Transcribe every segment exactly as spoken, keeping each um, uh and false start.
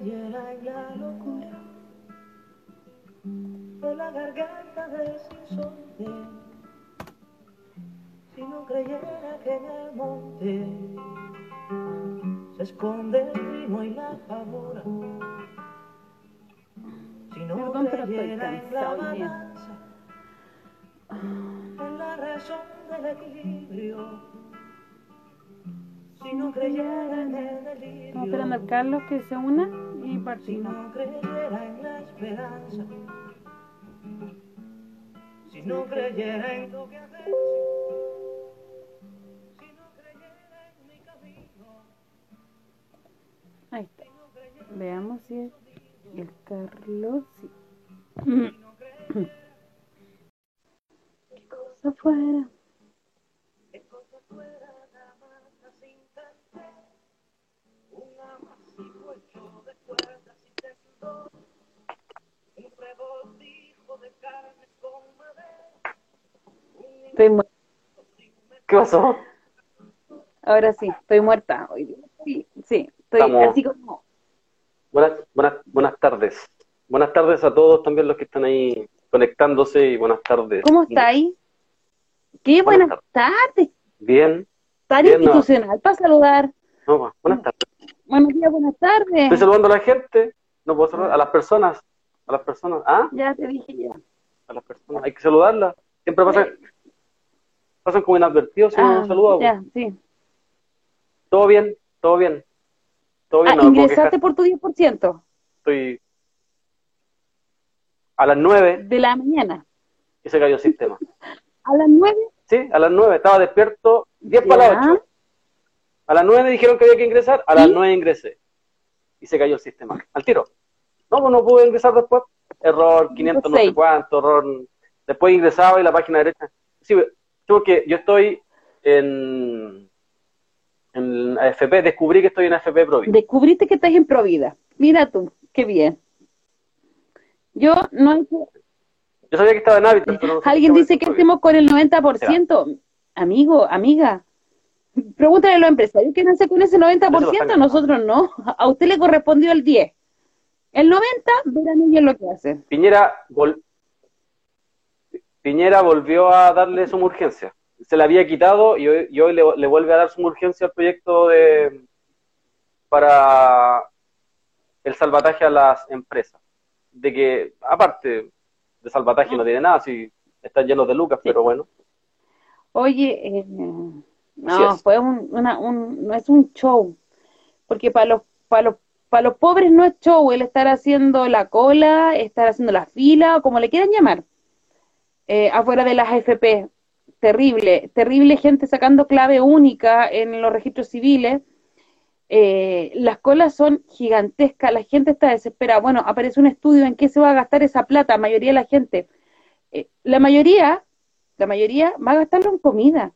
creyera en la locura de la garganta del sinsonte, si no creyera que en el monte se esconde el trino y la pavora, si no Perdón, pero estoy creyera en la cansada hoy día. balanza, en la razón del equilibrio, si no creyera en el delirio, Estamos esperando al Carlos que se una y si partimos. no creyera en la esperanza, si no creyera en tu quehacer, si no creyera en mi camino. Ahí está. Veamos si es el Carlos. Sí. ¿Qué cosa fuera? ¿Qué cosa fuera la masa sin tender? Un amasijo hecho de cuerdas y tendón, un revoltijo de carne con madera. Estoy muerta. ¿Qué pasó? Ahora sí, estoy muerta hoy día. Sí, sí, estoy Estamos- así como. Buenas, buenas, buenas tardes. Buenas tardes a todos también los que están ahí conectándose y buenas tardes. ¿Cómo estáis? Qué Buenas buenas tardes. Bien. Tan Bien, no. institucional para saludar. No, bu- buenas tardes. Buenos días, buenas tardes. Estoy saludando a la gente. No puedo saludar a las personas. A las personas. ¿Ah? Ya te dije ya. A las personas. Hay que saludarlas. Siempre pasan, pasan como inadvertidos si uno Ah, no saluda. ya, sí. Todo bien, todo bien. Todo bien. Ah, no me puedo ingresaste quejar. por tu diez por ciento Estoy a las nueve de la mañana. y se cayó el sistema. A las nueve. Sí, a las nueve. Estaba despierto. diez Ya. para las ocho. A las nueve dijeron que había que ingresar, a las ¿Y? nueve ingresé. Y se cayó el sistema. Al tiro. No, pues no pude ingresar después. Error quinientos no sé seis. cuánto, error. Después ingresaba y la página derecha. Sí, porque yo estoy en, en A F P, descubrí que estoy en A F P Provi. Descubriste que estás en Provida. Mira tú, qué bien. Yo no. Yo sabía que estaba en Habitat, pero no sabía Alguien estaba dice en que Provi. estemos con el noventa por ciento. Amigo, amiga, pregúntale a los empresarios, quédense con ese noventa por ciento, Eso lo están nosotros no. A usted le correspondió el diez. El noventa, verán ellos lo que hacen. Piñera, vol- Piñera volvió a darle suma urgencia. Se la había quitado y hoy, y hoy le, le vuelve a dar suma urgencia al proyecto de para el salvataje a las empresas. De que, aparte de salvataje no tiene nada, si están llenos de lucas, Sí. pero bueno. Oye, eh, Así no, es. fue un, una, un, no es un show, porque para los, para los, para los pobres no es show el estar haciendo la cola, estar haciendo la fila, o como le quieran llamar, eh, afuera de las A F P. Terrible, terrible gente sacando clave única en los registros civiles. Eh, las colas son gigantescas, la gente está desesperada. Bueno, aparece un estudio en qué se va a gastar esa plata, la mayoría de la gente. Eh, la mayoría, la mayoría va a gastarlo en comida,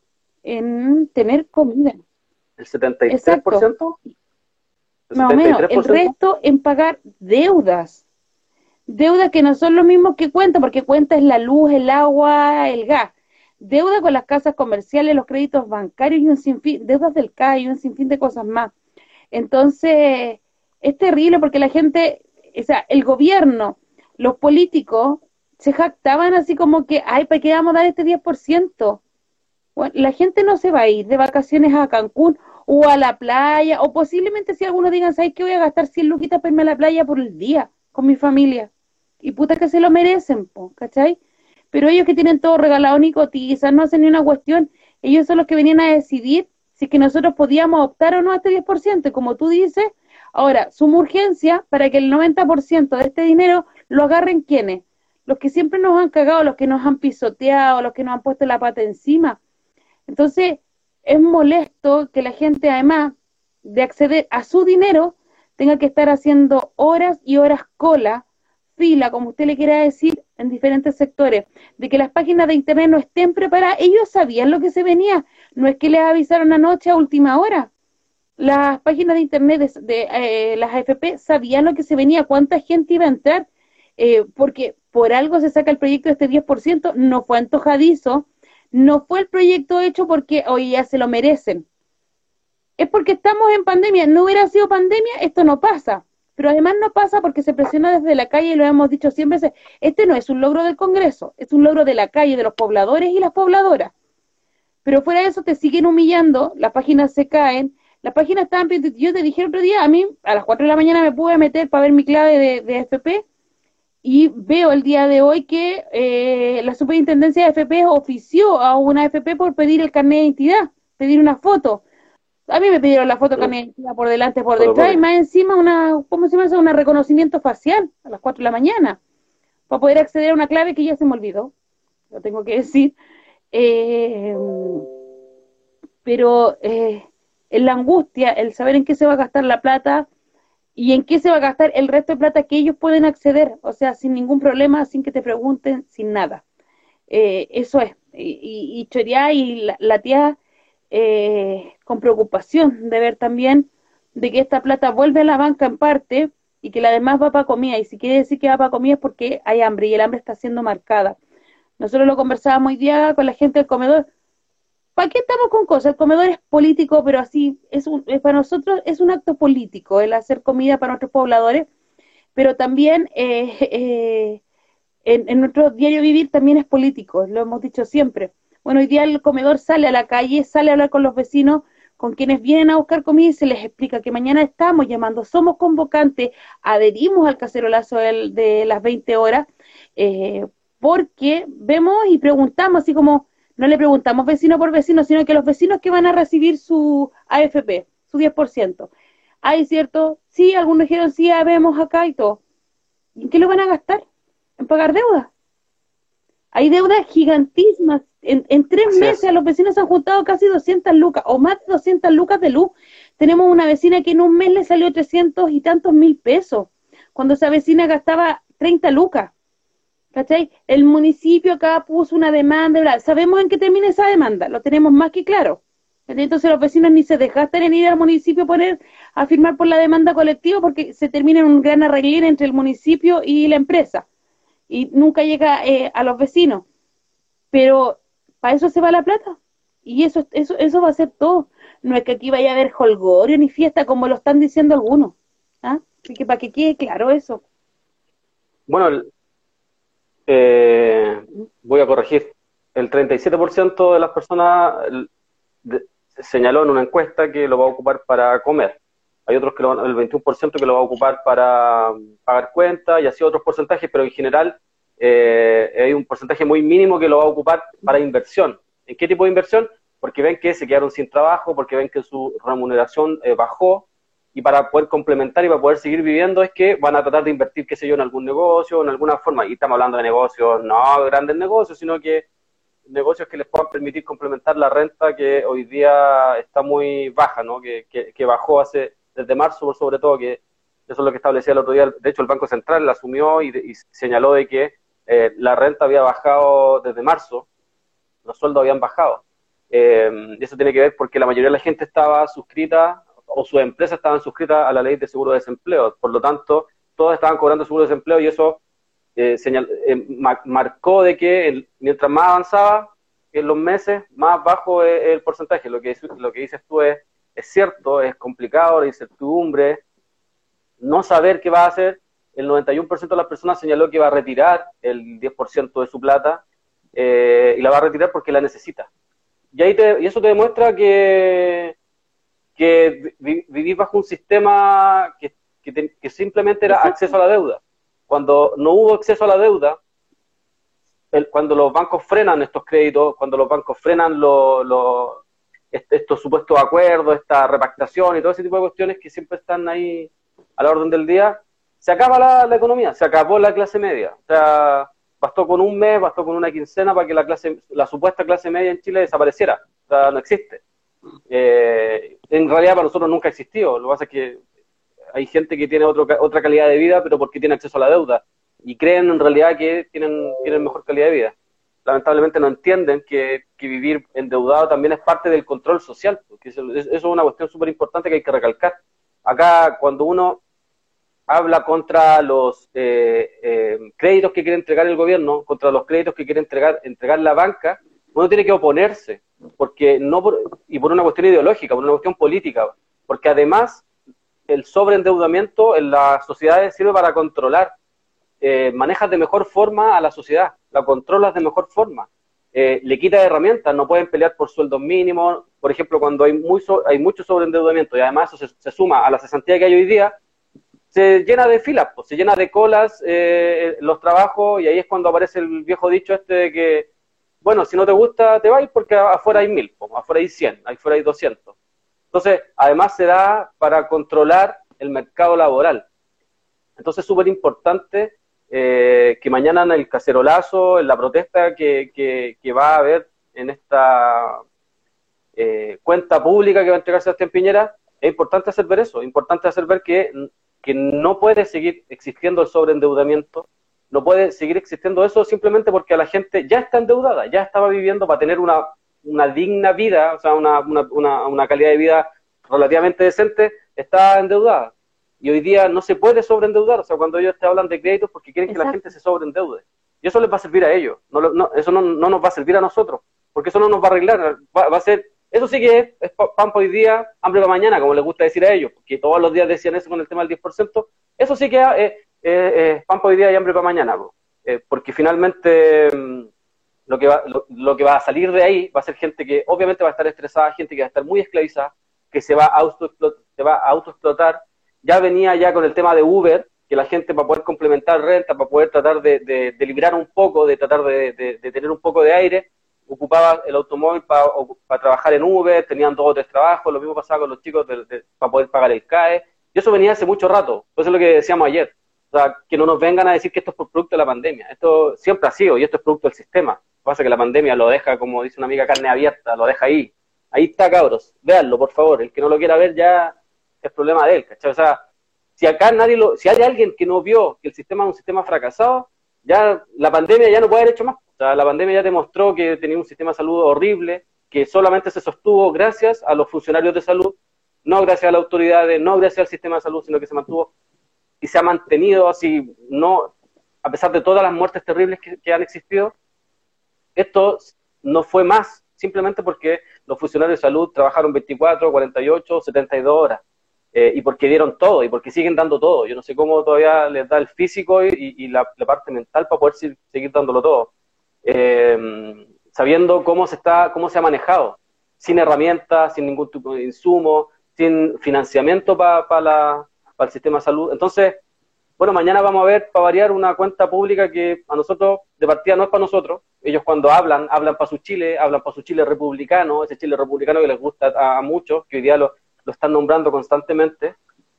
en tener comida. El setenta y tres por ciento. El Más o menos. El setenta y tres por ciento. resto en pagar deudas. Deudas que no son lo mismo que cuenta, porque cuenta es la luz, el agua, el gas. Deuda con las casas comerciales, los créditos bancarios y un sinfín, deudas del C A I y un sinfín de cosas más. Entonces, es terrible porque la gente, o sea, el gobierno, los políticos, se jactaban así como que, ay, ¿para qué vamos a dar este diez por ciento? Bueno, la gente no se va a ir de vacaciones a Cancún o a la playa, o posiblemente si algunos digan, ¿sabes qué? Voy a gastar cien luquitas para irme a la playa por el día con mi familia. Y puta que se lo merecen, po, ¿cachai? Pero ellos que tienen todo regalado ni cotizan, no hacen ni una cuestión, ellos son los que venían a decidir si es que nosotros podíamos optar o no a este diez por ciento, y como tú dices, ahora, suma urgencia para que el noventa por ciento de este dinero lo agarren ¿quiénes? Los que siempre nos han cagado, los que nos han pisoteado, los que nos han puesto la pata encima. Entonces, es molesto que la gente, además de acceder a su dinero, tenga que estar haciendo horas y horas cola, fila, como usted le quiera decir, en diferentes sectores, de que las páginas de internet no estén preparadas. Ellos sabían lo que se venía, no es que les avisaron anoche a última hora. Las páginas de internet de, de eh, las A F P sabían lo que se venía, cuánta gente iba a entrar, eh, porque por algo se saca el proyecto de este diez por ciento, no fue antojadizo, no fue el proyecto hecho porque hoy ya se lo merecen. Es porque estamos en pandemia, no hubiera sido pandemia, esto no pasa. pero además no pasa porque se presiona desde la calle, y lo hemos dicho siempre, este no es un logro del Congreso, es un logro de la calle, de los pobladores y las pobladoras. Pero fuera de eso te siguen humillando, las páginas se caen, las páginas están, yo te dije el otro día, a mí a las cuatro de la mañana me pude meter para ver mi clave de, de A F P, y veo el día de hoy que eh, la superintendencia de A F P ofició a una A F P por pedir el carnet de identidad, pedir una foto. A mí me pidieron la foto de carnet de identidad por delante, por detrás, y más encima una, ¿cómo se llama eso? Un reconocimiento facial a las cuatro de la mañana, para poder acceder a una clave que ya se me olvidó, lo tengo que decir. Eh, pero eh, en la angustia, el saber en qué se va a gastar la plata y en qué se va a gastar el resto de plata que ellos pueden acceder, o sea, sin ningún problema, sin que te pregunten, sin nada. Eh, eso es. Y, y, y chorear y la, la tía eh, con preocupación de ver también de que esta plata vuelve a la banca en parte y que la demás va para comida. Y si quiere decir que va para comida es porque hay hambre y el hambre está siendo marcada. Nosotros lo conversábamos hoy día con la gente del comedor. ¿Para qué estamos con cosas? El comedor es político, pero así, es un, es para nosotros es un acto político el hacer comida para nuestros pobladores, pero también eh, eh, en, en nuestro diario vivir también es político, lo hemos dicho siempre. Bueno, hoy día el comedor sale a la calle, sale a hablar con los vecinos, con quienes vienen a buscar comida y se les explica que mañana estamos llamando, somos convocantes, adherimos al cacerolazo del, de las veinte horas, eh, porque vemos y preguntamos así como, no le preguntamos vecino por vecino, sino que los vecinos que van a recibir su A F P, su diez por ciento. ¿Hay cierto? Sí, algunos dijeron, sí, ya vemos acá y todo. ¿Y en qué lo van a gastar? ¿En pagar deudas? Hay deudas gigantísimas. En, en tres Así meses es. a los vecinos se han juntado casi doscientas lucas, o más de doscientas lucas de luz. Tenemos una vecina que en un mes le salió trescientos y tantos mil pesos, cuando esa vecina gastaba treinta lucas. ¿Cachai? El municipio acá puso una demanda, bla, sabemos en qué termina esa demanda, lo tenemos más que claro. Entonces los vecinos ni se desgastan en ir al municipio a poner a firmar por la demanda colectiva porque se termina en un gran arreglín entre el municipio y la empresa y nunca llega eh, a los vecinos. Pero para eso se va la plata y eso, eso, eso va a ser todo. No es que aquí vaya a haber jolgorio ni fiesta como lo están diciendo algunos. ¿Ah? Así que para que quede claro eso. Bueno, el, Eh, voy a corregir, el treinta y siete por ciento de las personas de, señaló en una encuesta que lo va a ocupar para comer. Hay otros que lo van, el veintiuno por ciento que lo va a ocupar para pagar cuentas y así otros porcentajes, pero en general eh, hay un porcentaje muy mínimo que lo va a ocupar para inversión. ¿En qué tipo de inversión? Porque ven que se quedaron sin trabajo, porque ven que su remuneración eh, bajó, y para poder complementar y para poder seguir viviendo es que van a tratar de invertir, qué sé yo, en algún negocio, en alguna forma. Y estamos hablando de negocios, no grandes negocios, sino que negocios que les puedan permitir complementar la renta que hoy día está muy baja, ¿no? Que, que, que bajó hace desde marzo, sobre todo, que eso es lo que establecía el otro día. De hecho, el Banco Central la asumió y, y señaló de que eh, la renta había bajado desde marzo, los sueldos habían bajado. Eh, y eso tiene que ver porque la mayoría de la gente estaba suscrita o sus empresas estaban suscritas a la ley de seguro de desempleo. Por lo tanto, todos estaban cobrando seguro de desempleo y eso eh, señal, eh, mar, marcó de que el, mientras más avanzaba en los meses, más bajo es el porcentaje. Lo que, lo que dices tú es, es cierto, es complicado, la incertidumbre, no saber qué va a hacer. El noventa y uno por ciento de las personas señaló que va a retirar el diez por ciento de su plata eh, y la va a retirar porque la necesita. Y, ahí te, y eso te demuestra que que vivís bajo un sistema que, que, te, que simplemente era acceso a la deuda. Cuando no hubo acceso a la deuda, el, cuando los bancos frenan estos créditos, cuando los bancos frenan lo, lo, estos supuestos acuerdos, esta repactación y todo ese tipo de cuestiones que siempre están ahí a la orden del día, se acaba la, la economía, se acabó la clase media. O sea, bastó con un mes, bastó con una quincena para que la, clase, la supuesta clase media en Chile desapareciera. O sea, no existe. Eh, en realidad para nosotros nunca ha existido. Lo que pasa es que hay gente que tiene otro, otra calidad de vida, pero porque tiene acceso a la deuda y creen en realidad que tienen, tienen mejor calidad de vida. Lamentablemente no entienden que, que vivir endeudado también es parte del control social, porque eso, eso es una cuestión súper importante que hay que recalcar. Acá cuando uno habla contra los eh, eh, créditos que quiere entregar el gobierno, contra los créditos que quiere entregar, entregar la banca, uno tiene que oponerse, porque no por, y por una cuestión ideológica, por una cuestión política, porque además el sobreendeudamiento en las sociedades sirve para controlar. Eh, manejas de mejor forma a la sociedad, la controlas de mejor forma. Eh, le quitas herramientas, no pueden pelear por sueldos mínimos. Por ejemplo, cuando hay, muy so, hay mucho sobreendeudamiento y además eso se, se suma a la cesantía que hay hoy día, se llena de filas, pues, se llena de colas eh, los trabajos, y ahí es cuando aparece el viejo dicho este de que, bueno, si no te gusta te vas porque afuera hay mil, pues, afuera hay cien, afuera hay doscientos. Entonces, además se da para controlar el mercado laboral. Entonces es súper importante eh, que mañana en el cacerolazo, en la protesta que, que, que va a haber en esta eh, cuenta pública que va a entregar Sebastián Piñera, es importante hacer ver eso, es importante hacer ver que, que no puede seguir existiendo el sobreendeudamiento, no puede seguir existiendo eso simplemente porque la gente ya está endeudada, ya estaba viviendo para tener una, una digna vida, o sea, una, una, una, una calidad de vida relativamente decente, está endeudada. Y hoy día no se puede sobreendeudar, o sea, cuando ellos te hablan de créditos porque quieren Exacto. que la gente se sobreendeude. Y eso les va a servir a ellos, no, no, eso no, no nos va a servir a nosotros, porque eso no nos va a arreglar, va, va a ser, eso sí que es, es pan para hoy día, hambre para mañana, como les gusta decir a ellos, porque todos los días decían eso con el tema del diez por ciento, eso sí que es, es, es pan para hoy día y hambre para mañana, eh, porque finalmente lo que, va, lo, lo que va a salir de ahí va a ser gente que obviamente va a estar estresada, gente que va a estar muy esclavizada, que se va a autoexplotar, se va a autoexplotar. Ya venía ya con el tema de Uber, que la gente para poder complementar renta, para poder tratar de, de, de liberar un poco, de tratar de, de, de tener un poco de aire, ocupaba el automóvil para, para trabajar en Uber, tenían dos o tres trabajos, lo mismo pasaba con los chicos de, de, para poder pagar el C A E, y eso venía hace mucho rato, eso es lo que decíamos ayer, o sea, que no nos vengan a decir que esto es por producto de la pandemia, esto siempre ha sido, y esto es producto del sistema, lo que pasa es que la pandemia lo deja, como dice una amiga, carne abierta, lo deja ahí, ahí está, cabros, véanlo, por favor, el que no lo quiera ver ya es problema de él, ¿cachai? O sea, si acá nadie lo, si hay alguien que no vio que el sistema es un sistema fracasado, ya la pandemia ya no puede haber hecho más. O sea, la pandemia ya demostró que tenía un sistema de salud horrible, que solamente se sostuvo gracias a los funcionarios de salud, no gracias a las autoridades, no gracias al sistema de salud, sino que se mantuvo y se ha mantenido así, no, a pesar de todas las muertes terribles que, que han existido, esto no fue más, simplemente porque los funcionarios de salud trabajaron veinticuatro, cuarenta y ocho, setenta y dos horas. Eh, y porque dieron todo, y porque siguen dando todo. Yo no sé cómo todavía les da el físico y, y la, la parte mental para poder seguir, seguir dándolo todo. Eh, sabiendo cómo se está, cómo se ha manejado, sin herramientas, sin ningún tipo de insumo, sin financiamiento para pa la, pa el sistema de salud. Entonces, bueno, mañana vamos a ver, para variar, una cuenta pública que a nosotros, de partida, no es para nosotros. Ellos cuando hablan, hablan para su Chile, hablan para su Chile republicano, ese Chile republicano que les gusta a, a muchos, que hoy día lo lo están nombrando constantemente,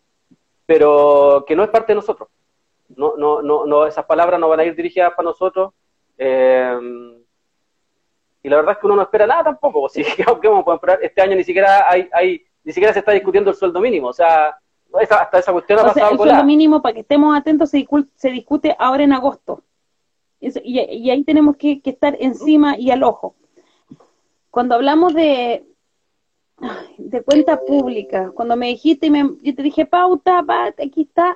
pero que no es parte de nosotros. No, no, no, no, esas palabras no van a ir dirigidas para nosotros, eh, y la verdad es que uno no espera nada tampoco. Si, ¿qué vamos a esperar? Este año ni siquiera hay, hay, ni siquiera se está discutiendo el sueldo mínimo, o sea, esa, hasta esa cuestión ha o pasado. Sea, el sueldo mínimo, para que estemos atentos, se discute, se discute ahora en agosto, Eso, y, y ahí tenemos que, que estar encima y al ojo. Cuando hablamos de de cuenta pública, cuando me dijiste y me, yo te dije pauta, pa, aquí está,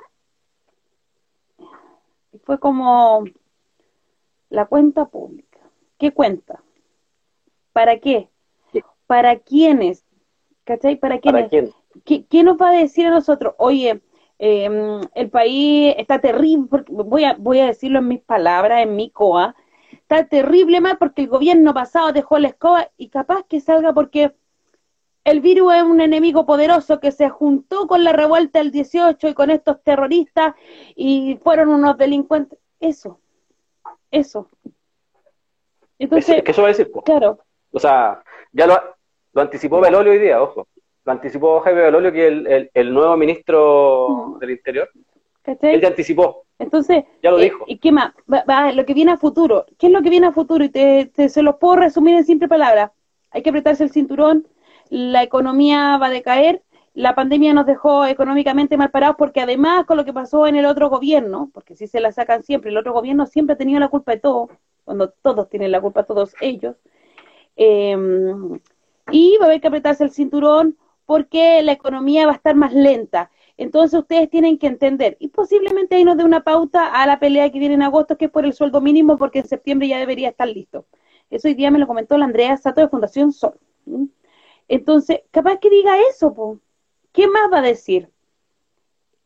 fue como la cuenta pública. ¿Qué cuenta? ¿Para qué? ¿Para quiénes? ¿Cachai? ¿Para quiénes? ¿Para quién? ¿Qué, qué nos va a decir a nosotros? Oye, eh, el país está terrible, porque voy a, voy a decirlo en mis palabras, en mi coa, está terrible mal porque el gobierno pasado dejó la escoba, y capaz que salga porque el virus es un enemigo poderoso que se juntó con la revuelta del dieciocho y con estos terroristas y fueron unos delincuentes. Eso, eso. Entonces, es que eso va a decir, pues. Claro. O sea, ya lo, lo anticipó Belolio hoy día, ojo. Lo anticipó Jaime Belolio, que es el, el, el nuevo ministro no. del Interior. ¿Cachai? Él ya anticipó. Entonces, ya lo eh, dijo. ¿y qué más? Va, va, lo que viene a futuro. ¿Qué es lo que viene a futuro? Y te, te, se los puedo resumir en simple palabras. Hay que apretarse el cinturón. La economía va a decaer, la pandemia nos dejó económicamente mal parados, porque además con lo que pasó en el otro gobierno, porque si se la sacan siempre, el otro gobierno siempre ha tenido la culpa de todo, cuando todos tienen la culpa, todos ellos, eh, y va a haber que apretarse el cinturón porque la economía va a estar más lenta. Entonces ustedes tienen que entender, y posiblemente ahí nos dé una pauta a la pelea que viene en agosto, que es por el sueldo mínimo, porque en septiembre ya debería estar listo. Eso hoy día me lo comentó la Andrea Sato de Fundación Sol. Entonces, capaz que diga eso, po. ¿Qué más va a decir?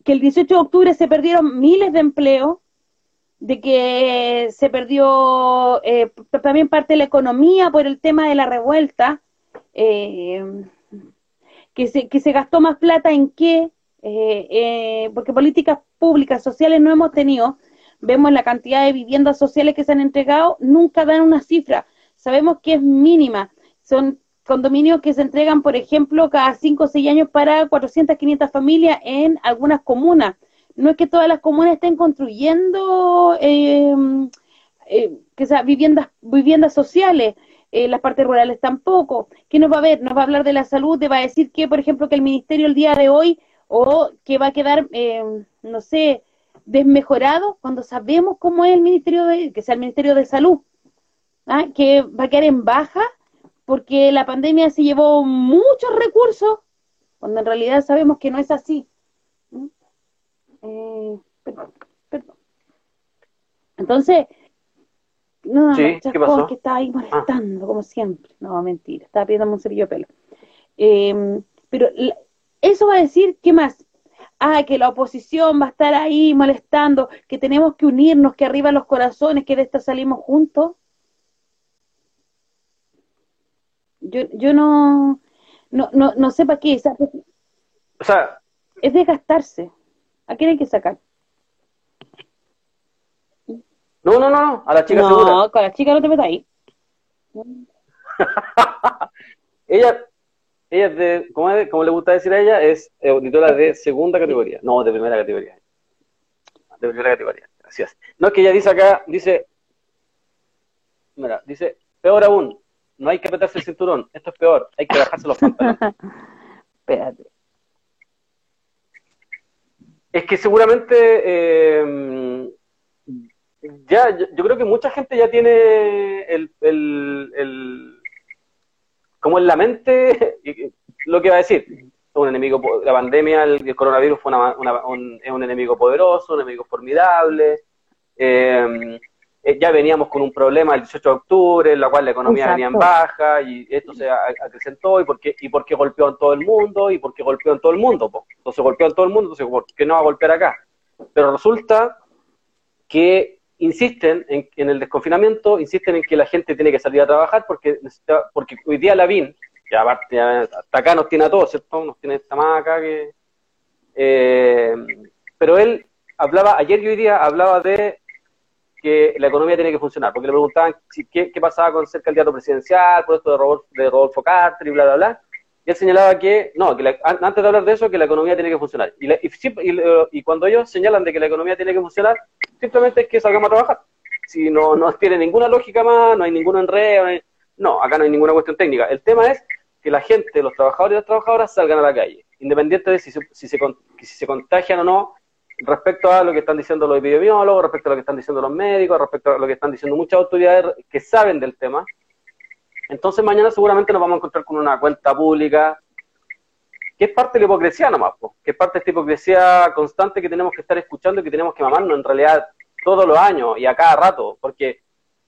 que el dieciocho de octubre se perdieron miles de empleos, de que se perdió eh, también parte de la economía por el tema de la revuelta, eh, que, se, que se gastó más plata en qué, eh, eh, porque políticas públicas, sociales no hemos tenido. Vemos la cantidad de viviendas sociales que se han entregado, nunca dan una cifra, sabemos que es mínima, son condominios que se entregan, por ejemplo, cada cinco o seis años para cuatrocientas, quinientas familias en algunas comunas. No es que todas las comunas estén construyendo eh, eh, que sea, viviendas, viviendas sociales, eh, las partes rurales tampoco. ¿Qué nos va a ver? Nos va a hablar de la salud, te va a decir que, por ejemplo, que el ministerio el día de hoy, o que va a quedar, eh, no sé, desmejorado, cuando sabemos cómo es el ministerio de, que sea el Ministerio de Salud, ¿ah? Que va a quedar en baja, porque la pandemia se llevó muchos recursos, cuando en realidad sabemos que no es así. ¿Mm? Eh, perdón, perdón. Entonces, no, Sí, no, ¿qué pasó? que estaba ahí molestando, ah. como siempre. No, mentira, estaba pidiéndome un cepillo de pelo. Eh, pero la, eso va a decir, ¿qué más? Ah, que la oposición va a estar ahí molestando, que tenemos que unirnos, que arriba los corazones, que de esta salimos juntos. Yo, yo no, no, no, no sé para qué. O sea, o sea, es desgastarse. ¿A quién hay que sacar? No, no, no, no, a la chica no, segura. No, con la chica no te metas ahí. ella, ella es de, ¿cómo, es, ¿cómo le gusta decir a ella? Es auditora de segunda categoría. No, de primera categoría. De primera categoría, gracias. No, es que ella dice acá, dice, mira, dice, peor aún, no hay que apretarse el cinturón, esto es peor, hay que bajarse los pantalones. Espérate. Es que seguramente eh, ya, yo, yo creo que mucha gente ya tiene el, el, el como en la mente lo que va a decir. Un enemigo, la pandemia, el, el coronavirus fue una, una, un, es un enemigo poderoso, un enemigo formidable. Eh, ya veníamos con un problema el dieciocho de octubre, en la cual la economía Exacto. venía en baja, y esto se acrecentó, y porque y porque golpeó en todo el mundo, y porque golpeó en todo el mundo. Po. Entonces golpeó en todo el mundo, entonces ¿por qué no va a golpear acá? Pero resulta que insisten en, en el desconfinamiento, insisten en que la gente tiene que salir a trabajar, porque necesita, porque hoy día Lavín, ya, ya hasta acá nos tiene a todos, ¿cierto? Nos tiene esta maca que... Eh, pero él hablaba, ayer y hoy día hablaba de que la economía tiene que funcionar, porque le preguntaban si, qué, qué pasaba con ser candidato presidencial, por esto de Rodolfo, de Rodolfo Carter y bla, bla, bla, y él señalaba que, no, que la, antes de hablar de eso, que la economía tiene que funcionar, y, la, y, y, y cuando ellos señalan de que la economía tiene que funcionar, simplemente es que salgamos a trabajar, si no, no tiene ninguna lógica más, no hay ningún enredo, no, hay, no, acá no hay ninguna cuestión técnica, el tema es que la gente, los trabajadores y las trabajadoras salgan a la calle, independiente de si se, si se, si se contagian o no, respecto a lo que están diciendo los epidemiólogos, respecto a lo que están diciendo los médicos, respecto a lo que están diciendo muchas autoridades que saben del tema. Entonces mañana seguramente nos vamos a encontrar con una cuenta pública que es parte de la hipocresía nomás, po, que es parte de esta hipocresía constante que tenemos que estar escuchando y que tenemos que mamarnos en realidad todos los años y a cada rato, porque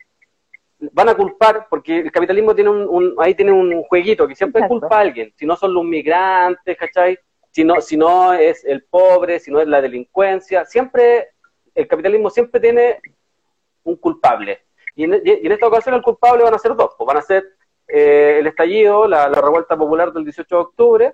van a culpar, porque el capitalismo tiene un, un ahí tiene un jueguito que siempre Exacto. culpa a alguien, si no son los migrantes, ¿cachai? Si no, si no es el pobre, si no es la delincuencia, siempre, el capitalismo siempre tiene un culpable. Y en, y en esta ocasión el culpable van a ser dos, pues van a ser eh, el estallido, la, la revuelta popular del dieciocho de octubre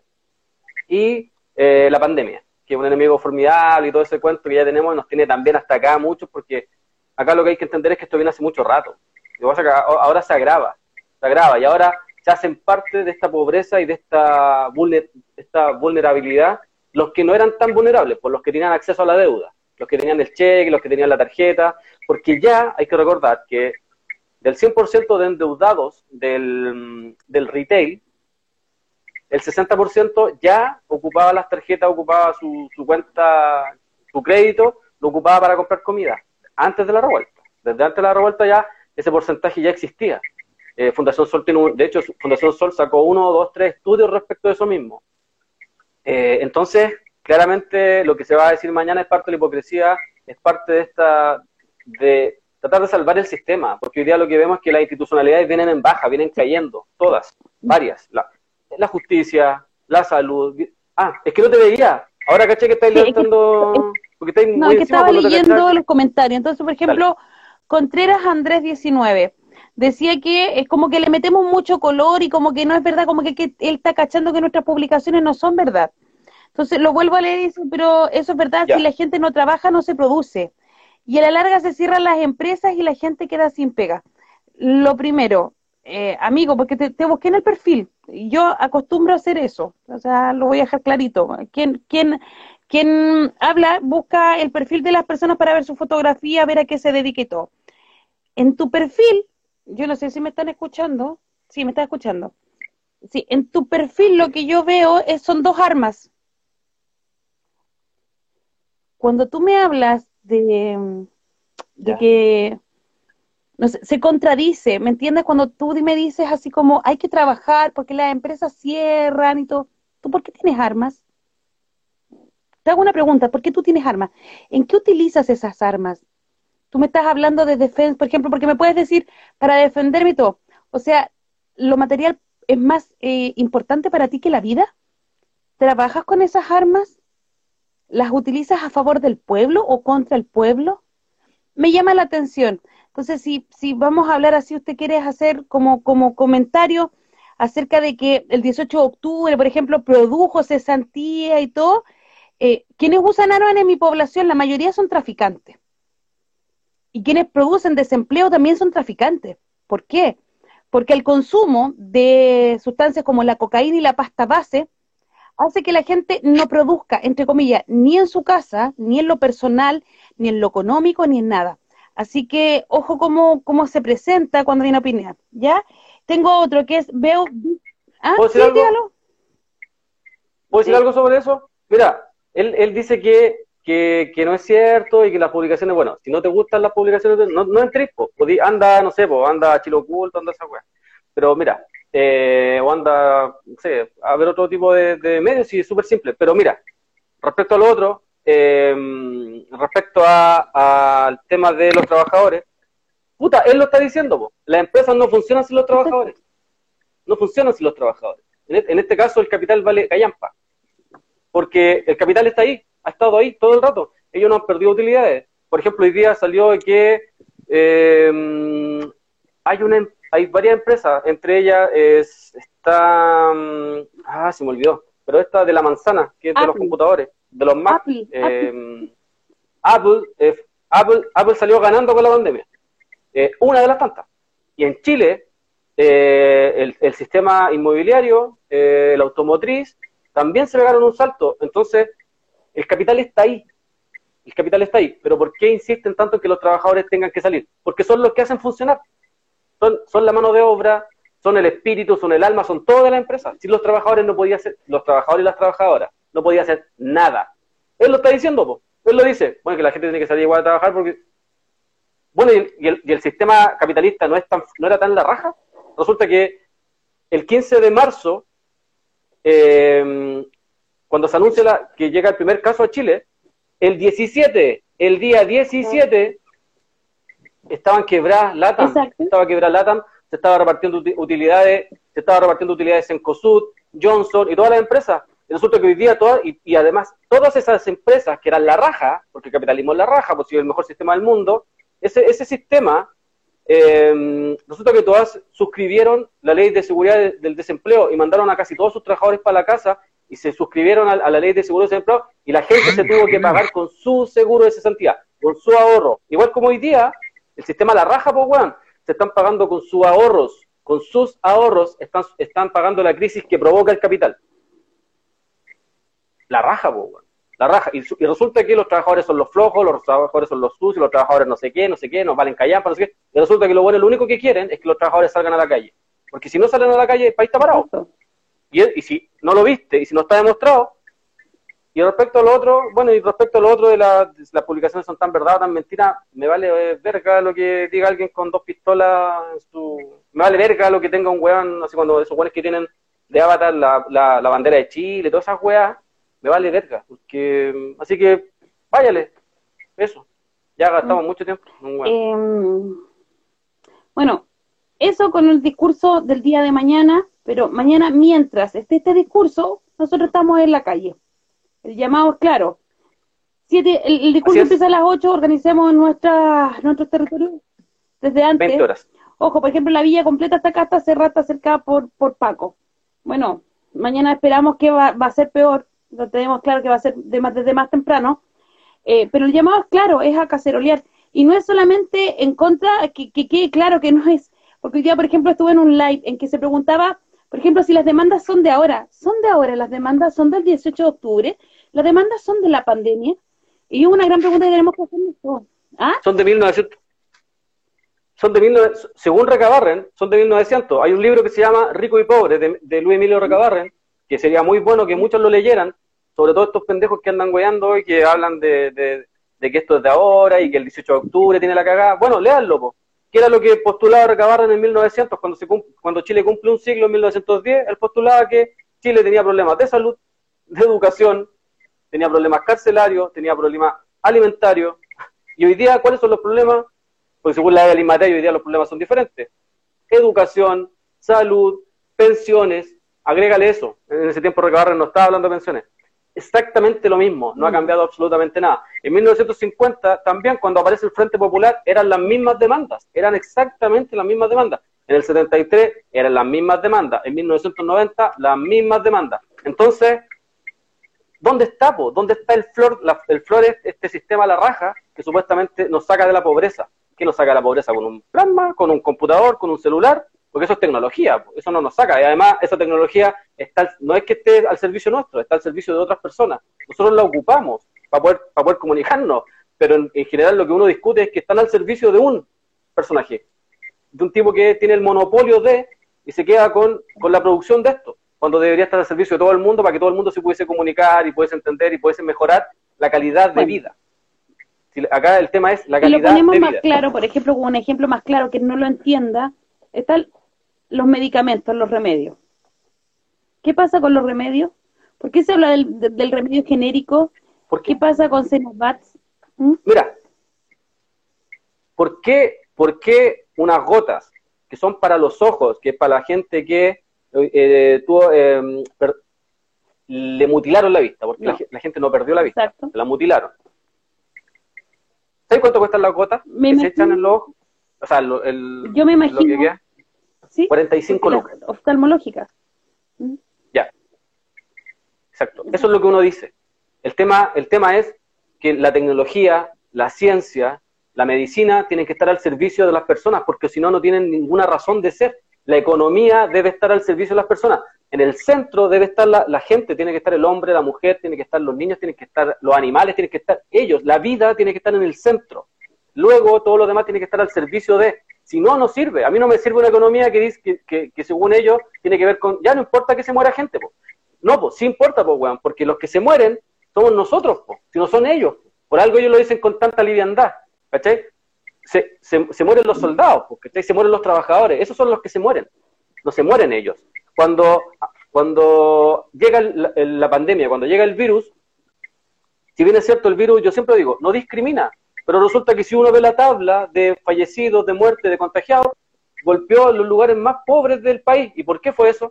y eh, la pandemia, que es un enemigo formidable y todo ese cuento que ya tenemos y nos tiene también hasta acá muchos, porque acá lo que hay que entender es que esto viene hace mucho rato. Lo que pasa es que ahora se agrava, se agrava y ahora se hacen parte de esta pobreza y de esta, vulner, esta vulnerabilidad los que no eran tan vulnerables, por los que tenían acceso a la deuda, los que tenían el cheque, los que tenían la tarjeta, porque ya hay que recordar que del cien por ciento de endeudados del, del retail, el sesenta por ciento ya ocupaba las tarjetas, ocupaba su, su cuenta, su crédito, lo ocupaba para comprar comida, antes de la revuelta. Desde antes de la revuelta ya ese porcentaje ya existía. Eh, Fundación Sol tiene un, de hecho Fundación Sol sacó uno, dos, tres estudios respecto de eso mismo. Eh, entonces, claramente lo que se va a decir mañana es parte de la hipocresía, es parte de esta, de tratar de salvar el sistema, porque hoy día lo que vemos es que las institucionalidades vienen en baja, vienen cayendo, todas, varias, la, la justicia, la salud. Ah, es que no te veía, Ahora caché que estáis Sí, es que, levantando, porque estáis no, muy es que encima estaba cuando te leyendo cachai. los comentarios. Entonces, por Dale. ejemplo, Contreras Andrés diecinueve decía que es como que le metemos mucho color y como que no es verdad, como que, que él está cachando que nuestras publicaciones no son verdad. Entonces lo vuelvo a leer y dice, pero eso es verdad, si Ya, la gente no trabaja, no se produce. Y a la larga se cierran las empresas y la gente queda sin pega. Lo primero, eh, amigo, porque te, te busqué en el perfil, y yo acostumbro a hacer eso, o sea, lo voy a dejar clarito. Quien, quien, quien habla, busca el perfil de las personas para ver su fotografía, ver a qué se dedique y todo. En tu perfil, yo no sé si me están escuchando, sí, me están escuchando. Sí, en tu perfil lo que yo veo es, son dos armas. Cuando tú me hablas de, de ya. que no sé, se contradice, ¿me entiendes? Cuando tú me dices así como hay que trabajar porque las empresas cierran y todo, ¿tú por qué tienes armas? Te hago una pregunta, ¿por qué tú tienes armas? ¿En qué utilizas esas armas? Tú me estás hablando de defensa, por ejemplo, porque me puedes decir para defenderme y todo. O sea, ¿lo material es más eh, importante para ti que la vida? ¿Trabajas con esas armas? ¿Las utilizas a favor del pueblo o contra el pueblo? Me llama la atención. Entonces, si, si vamos a hablar así, usted quiere hacer como, como comentario acerca de que el dieciocho de octubre, por ejemplo, produjo cesantía y todo, eh, quienes usan armas en mi población, la mayoría son traficantes. Y quienes producen desempleo también son traficantes. ¿Por qué? Porque el consumo de sustancias como la cocaína y la pasta base hace que la gente no produzca, entre comillas, ni en su casa, ni en lo personal, ni en lo económico, ni en nada. Así que ojo cómo, cómo se presenta cuando viene a opinar, ¿ya? Tengo otro que es, veo... Ah, ¿Puedo sí, decir algo? dígalo. ¿Puedo decir Sí, algo sobre eso? Mira, él, él dice que, que, que no es cierto y que las publicaciones, bueno, si no te gustan las publicaciones, no, no entres, po. Podí- anda, no sé, po, anda a Chilo Oculto, anda a esa wea. Pero mira, eh, o anda, no sé, a ver otro tipo de, de medios y es súper simple. Pero mira, respecto a lo otro, eh, respecto a- al tema de los trabajadores, puta, él lo está diciendo, po. Las empresas no funcionan sin los exacto. trabajadores, no funcionan sin los trabajadores. En, e- en este caso, el capital vale callampa, porque el capital está ahí, ha estado ahí todo el rato. Ellos no han perdido utilidades. Por ejemplo, hoy día salió que eh, hay una hay varias empresas, entre ellas es, está, ah, se me olvidó, pero esta de la manzana, que es de los Apple, computadores, de los Mac. Apple, Apple. Eh, Apple, eh, Apple, Apple salió ganando con la pandemia, eh, una de las tantas. Y en Chile, eh, el, el, sistema inmobiliario, eh, la automotriz, también se pegaron un salto. Entonces, el capital está ahí. El capital está ahí. Pero ¿por qué insisten tanto en que los trabajadores tengan que salir? Porque son los que hacen funcionar. Son, son la mano de obra, son el espíritu, son el alma, son toda la empresa. Si los trabajadores no podían hacer, los trabajadores y las trabajadoras no podían hacer nada. Él lo está diciendo, po. Él lo dice. Bueno, que la gente tiene que salir igual a trabajar porque... Bueno, y el, y el, y el sistema capitalista no, es tan, no era tan la raja. Resulta que el quince de marzo, eh, cuando se anuncia la, que llega el primer caso a Chile, el diecisiete, el día diecisiete, estaban quebradas LATAM, Exacto. estaba quebrada LATAM, se estaba repartiendo utilidades, se estaba repartiendo utilidades en COSUD, Johnson y todas las empresas. Y resulta que hoy día todas, y, y además todas esas empresas que eran la raja, porque el capitalismo es la raja, pues si es el mejor sistema del mundo, ese, ese sistema, eh, resulta que todas suscribieron la ley de seguridad de, del desempleo y mandaron a casi todos sus trabajadores para la casa y se suscribieron a, a la ley de seguro de desempleo y la gente se tuvo que pagar con su seguro de cesantía, con su ahorro. Igual como hoy día, el sistema la raja, pues, weón, se están pagando con sus ahorros, con sus ahorros están, están pagando la crisis que provoca el capital. La raja, pues, weón. La raja. Y, y resulta que los trabajadores son los flojos, los trabajadores son los sucios, los trabajadores no sé qué, no sé qué, nos valen callampa, no sé qué. Y resulta que lo bueno, lo único que quieren es que los trabajadores salgan a la calle. Porque si no salen a la calle, el país está parado. Y, y si no lo viste, y si no está demostrado, y respecto a lo otro, bueno, y respecto a lo otro de, la, de las publicaciones son tan verdad o tan mentira, me vale eh, verga lo que diga alguien con dos pistolas en su... Me vale verga lo que tenga un weón, así cuando esos weones que tienen de avatar la, la, la bandera de Chile, todas esas weas, me vale verga, porque... Así que, váyale, eso. Ya gastamos mucho tiempo en un weón. Eh, bueno, eso con el discurso del día de mañana, pero mañana mientras esté este discurso, nosotros estamos en la calle. El llamado es claro. Siete, el, el discurso empieza a las ocho, organicemos nuestra, nuestros territorios desde antes. veinte horas. Ojo, por ejemplo, la villa completa está acá, está cerrada, está cercada por, por Paco. Bueno, mañana esperamos que va, va a ser peor, lo tenemos claro que va a ser de más, desde más temprano, eh, pero el llamado es claro, es a cacerolear. Y no es solamente en contra, que, que quede claro que no es, porque hoy día, por ejemplo, estuve en un live en que se preguntaba, por ejemplo, si las demandas son de ahora. Son de ahora, las demandas son del dieciocho de octubre, las demandas son de la pandemia. Y es una gran pregunta que tenemos que hacernos todos. ¿Ah? Son de mil novecientos. Son de mil novecientos, según Recabarren, son de mil novecientos. Hay un libro que se llama Rico y Pobre, de, de Luis Emilio Recabarren, que sería muy bueno que muchos lo leyeran, sobre todo estos pendejos que andan weando y que hablan de, de, de que esto es de ahora y que el dieciocho de octubre tiene la cagada. Bueno, léanlo, po. ¿Qué era lo que postulaba Recabarren en mil novecientos, cuando, se, cuando Chile cumple un siglo en mil novecientos diez? Él postulaba que Chile tenía problemas de salud, de educación, tenía problemas carcelarios, tenía problemas alimentarios. Y hoy día, ¿cuáles son los problemas? Porque según la ley Matei, hoy día los problemas son diferentes. Educación, salud, pensiones, agrégale eso. En ese tiempo Recabarren no estaba hablando de pensiones. Exactamente lo mismo, no ha cambiado absolutamente nada. En mil novecientos cincuenta, también cuando aparece el Frente Popular, eran las mismas demandas, eran exactamente las mismas demandas. En el setenta y tres eran las mismas demandas, en mil novecientos noventa las mismas demandas. Entonces, ¿dónde está, po? ¿Dónde está el flor, la, el flor es este sistema a la raja que supuestamente nos saca de la pobreza? ¿Qué nos saca de la pobreza? ¿Con un plasma, con un computador, con un celular? Porque eso es tecnología, po. Eso no nos saca. Y además, esa tecnología está, no es que esté al servicio nuestro, está al servicio de otras personas. Nosotros la ocupamos para poder, para poder comunicarnos, pero en, en general lo que uno discute es que están al servicio de un personaje, de un tipo que tiene el monopolio de, y se queda con, con la producción de esto, cuando debería estar al servicio de todo el mundo para que todo el mundo se pudiese comunicar y pudiese entender y pudiese mejorar la calidad de Bueno. vida. Si, acá el tema es la Si lo calidad ponemos de más vida. claro, por ejemplo, con un ejemplo más claro que no lo entienda, están los medicamentos, los remedios. ¿Qué pasa con los remedios? ¿Por qué se habla del, de- del remedio genérico? ¿Por ¿Qué qué? pasa con Cenovats? ¿Mm? Mira, ¿por qué, ¿por qué unas gotas que son para los ojos, que es para la gente que eh, tuvo, eh, per- le mutilaron la vista? Porque No. la, ge- la gente no perdió la vista, Exacto. la mutilaron. ¿Sabes cuánto cuestan las gotas Me que se echan imagino- en los ojos? O sea, lo, el, Yo me lo que imagino- queda, ¿Sí? cuarenta y cinco Las lucas. oftalmológicas. ¿Mm? Ya. Exacto. Eso es lo que uno dice. El tema, el tema es que la tecnología, la ciencia, la medicina tienen que estar al servicio de las personas, porque si no, no tienen ninguna razón de ser. La economía debe estar al servicio de las personas. En el centro debe estar la, la gente, tiene que estar el hombre, la mujer, tiene que estar los niños, tienen que estar los animales, tienen que estar ellos. La vida tiene que estar en el centro. Luego todo lo demás tiene que estar al servicio de. Si no, no sirve. A mí no me sirve una economía que dice que, que, que según ellos tiene que ver con, ya no importa que se muera gente, po. No, pues sí importa, pues, weón, porque los que se mueren somos nosotros, po, si no son ellos. Po. Por algo ellos lo dicen con tanta liviandad, ¿cachai? Se, se, se mueren los soldados, po, ¿cachai? Se mueren los trabajadores, esos son los que se mueren, no se mueren ellos. Cuando, cuando llega el- el- la pandemia, cuando llega el virus, si bien es cierto el virus, yo siempre digo, no discrimina, pero resulta que si uno ve la tabla de fallecidos, de muertes, de contagiados, golpeó los lugares más pobres del país. ¿Y por qué fue eso?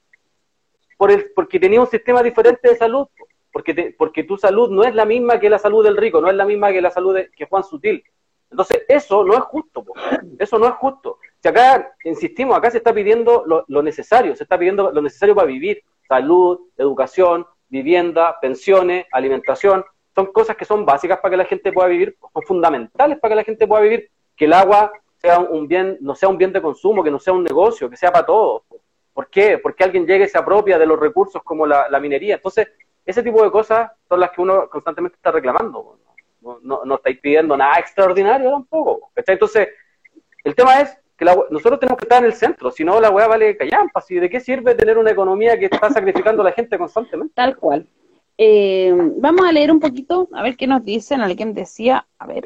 Por el, porque tenía un sistema diferente de salud, porque, te, porque tu salud no es la misma que la salud del rico, no es la misma que la salud de que Juan Sutil. Entonces, eso no es justo, po. Eso no es justo. Si acá, insistimos, acá se está pidiendo lo, lo necesario, se está pidiendo lo necesario para vivir, salud, educación, vivienda, pensiones, alimentación, son cosas que son básicas para que la gente pueda vivir, son fundamentales para que la gente pueda vivir, que el agua sea un bien, no sea un bien de consumo, que no sea un negocio, que sea para todos. ¿Por qué? Porque alguien llegue y se apropia de los recursos como la, la minería. Entonces, ese tipo de cosas son las que uno constantemente está reclamando. No, no, no estáis pidiendo nada extraordinario tampoco. ¿Cachai? Entonces, el tema es que la, nosotros tenemos que estar en el centro, si no la weá vale callampa. ¿Y de qué sirve tener una economía que está sacrificando a la gente constantemente? Tal cual. Eh, vamos a leer un poquito, a ver qué nos dicen. Alguien decía, a ver.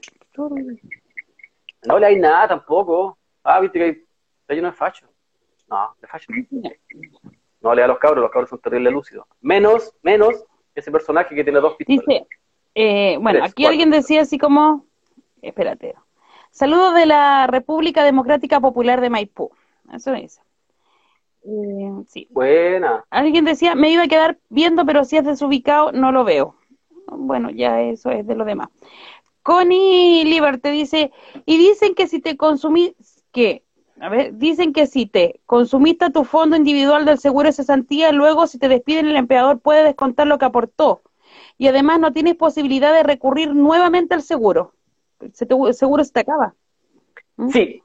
No le hay nada tampoco. Ah, viste que hay, está lleno de fachos. No, de fachos. No le a los cabros, los cabros son terribles lúcidos. Menos, menos ese personaje que tiene dos pistolas. Dice, eh, bueno, Tres, aquí cuatro. alguien decía así como, espérate, saludos de la República Democrática Popular de Maipú. Eso dice. Eh, Sí. Buena. Alguien decía, me iba a quedar viendo, pero si es desubicado, no lo veo. Bueno, ya eso es de lo demás. Connie Liberte dice, y dicen que si te consumís, que, a ver, dicen que si te consumiste tu fondo individual del seguro de cesantía, luego si te despiden el empleador puede descontar lo que aportó. Y además no tienes posibilidad de recurrir nuevamente al seguro. Se te, el seguro se te acaba. ¿Mm? Sí.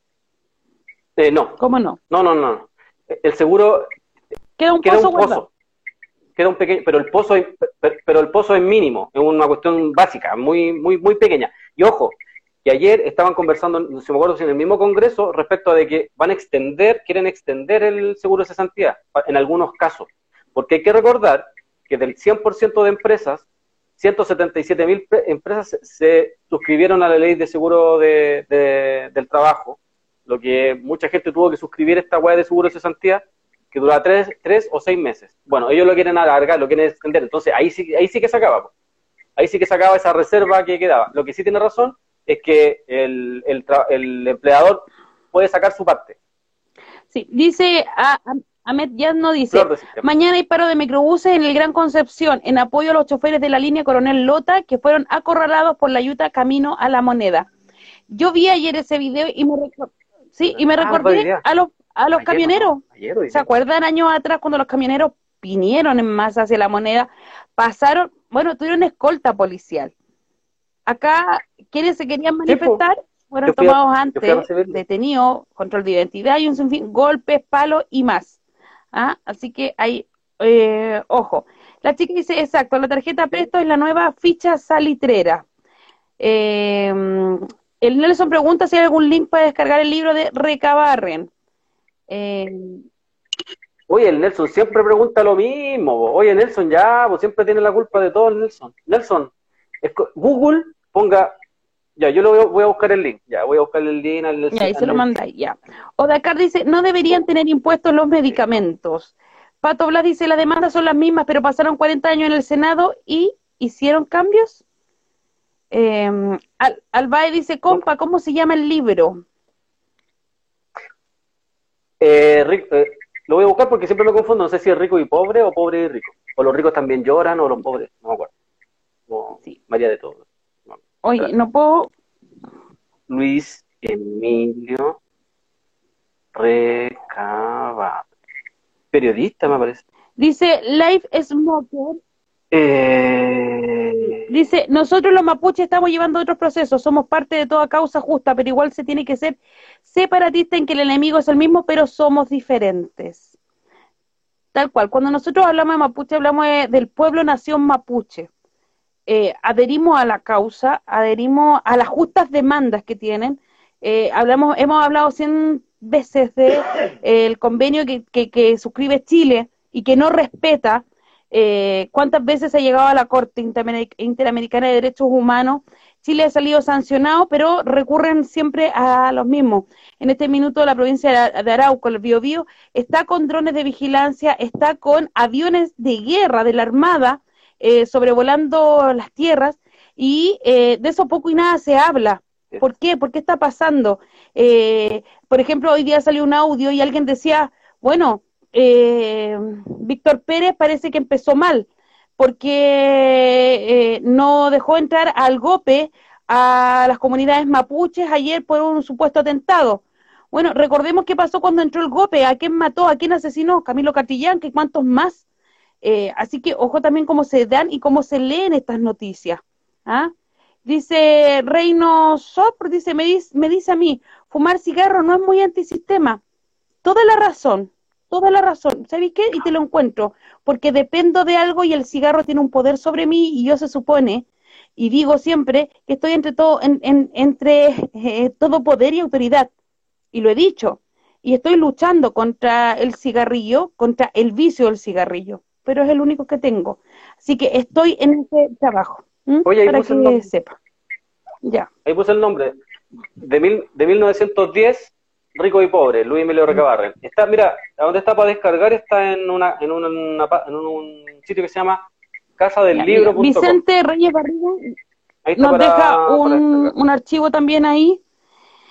Eh, no. ¿Cómo no? No, no, no. El seguro Queda un queda pozo un pozo. guardado. Queda un pequeño, pero el pozo es, pero el pozo es mínimo, es una cuestión básica, muy, muy, muy pequeña. Y ojo, que ayer estaban conversando, no sé, me acuerdo si en el mismo congreso, respecto de que van a extender, quieren extender el seguro de cesantía, en algunos casos. Porque hay que recordar que del cien por ciento de empresas, ciento setenta y siete mil empresas se, se suscribieron a la ley de seguro de, de, del trabajo, lo que mucha gente tuvo que suscribir esta hueá de seguro de cesantía, que dura tres, tres o seis meses. Bueno, ellos lo quieren alargar, lo quieren extender, entonces ahí sí, ahí sí que se acaba. Ahí sí que se acaba esa reserva que quedaba. Lo que sí tiene razón es que el, el, el empleador puede sacar su parte. Sí, dice, a, a, Ahmed ya no dice, mañana hay paro de microbuses en el Gran Concepción, en apoyo a los choferes de la línea Coronel Lota, que fueron acorralados por la Yuta camino a La Moneda. Yo vi ayer ese video y me, sí, y me ah, recordé a los a los ayer, camioneros. No, ayer, ¿se acuerdan años atrás cuando los camioneros vinieron en masa hacia La Moneda? Pasaron, bueno, tuvieron escolta policial. Acá, quienes se querían manifestar sí, fueron tomados a, antes, detenidos, control de identidad y un sinfín, golpes, palos y más. ¿Ah? Así que hay, eh, ojo. La chica dice, exacto, la tarjeta Presto es la nueva ficha salitrera. Eh, el Nelson pregunta si hay algún link para descargar el libro de Recabarren. Eh, Oye, el Nelson siempre pregunta lo mismo. Oye, Nelson, ya, pues siempre tiene la culpa de todo el Nelson. Nelson, Google, ponga, ya, yo lo voy a, voy a buscar el link, ya, voy a buscar el link al Nelson. Ya, ahí se lo mandáis, ya. Odacar dice, no deberían tener impuestos los medicamentos. Pato Blas dice, las demandas son las mismas, pero pasaron cuarenta años en el Senado y hicieron cambios. Eh, Al Albae dice, compa, ¿cómo se llama el libro? Eh, Rick, eh, lo voy a buscar porque siempre me confundo, no sé si es rico y pobre o pobre y rico. O los ricos también lloran o los pobres, no me acuerdo. No, sí. María de todo. No, Oye, espera. No puedo... Luis Emilio Recaba. Periodista, me parece. Dice, Life Smoker. Eh... Dice, nosotros los mapuches estamos llevando otros procesos, somos parte de toda causa justa, pero igual se tiene que ser separatista en que el enemigo es el mismo, pero somos diferentes. Tal cual, cuando nosotros hablamos de mapuche, hablamos de, del pueblo nación mapuche. Eh, adherimos a la causa, adherimos a las justas demandas que tienen. Eh, hablamos, hemos hablado cien veces de eh, el convenio que, que, que suscribe Chile y que no respeta. Eh, ¿Cuántas veces ha llegado a la Corte Interamericana de Derechos Humanos? Chile ha salido sancionado, pero recurren siempre a los mismos. En este minuto la provincia de Arauco, el Biobío, está con drones de vigilancia, está con aviones de guerra de la Armada eh, sobrevolando las tierras, y eh, de eso poco y nada se habla. ¿Por qué? ¿Por qué está pasando? Eh, por ejemplo, hoy día salió un audio y alguien decía, bueno, Eh, Víctor Pérez parece que empezó mal, porque eh, no dejó entrar al golpe a las comunidades mapuches ayer por un supuesto atentado. Bueno, recordemos qué pasó cuando entró el golpe, a quién mató, a quién asesinó, Camilo Catillán, que cuántos más. Eh, así que ojo también cómo se dan y cómo se leen estas noticias. ¿Ah? Dice Reino Sopr, dice, me dice, me dice a mí, fumar cigarro no es muy antisistema. Toda la razón. Toda la razón, ¿sabes qué? Y te lo encuentro, porque dependo de algo y el cigarro tiene un poder sobre mí y yo se supone, y digo siempre, que estoy entre todo, en, en, entre eh, todo poder y autoridad, y lo he dicho, y estoy luchando contra el cigarrillo, contra el vicio del cigarrillo, pero es el único que tengo, así que estoy en ese trabajo, ¿m? Oye, para que sepa. Ya. Ahí puse el nombre, de, mil, de mil novecientos diez... Rico y Pobre, Luis Emilio Recabarren. Está, mira, a donde está para descargar está en una, en una, en un sitio que se llama casa del libro punto com. Vicente Reyes Barriga nos para, deja un, un archivo también ahí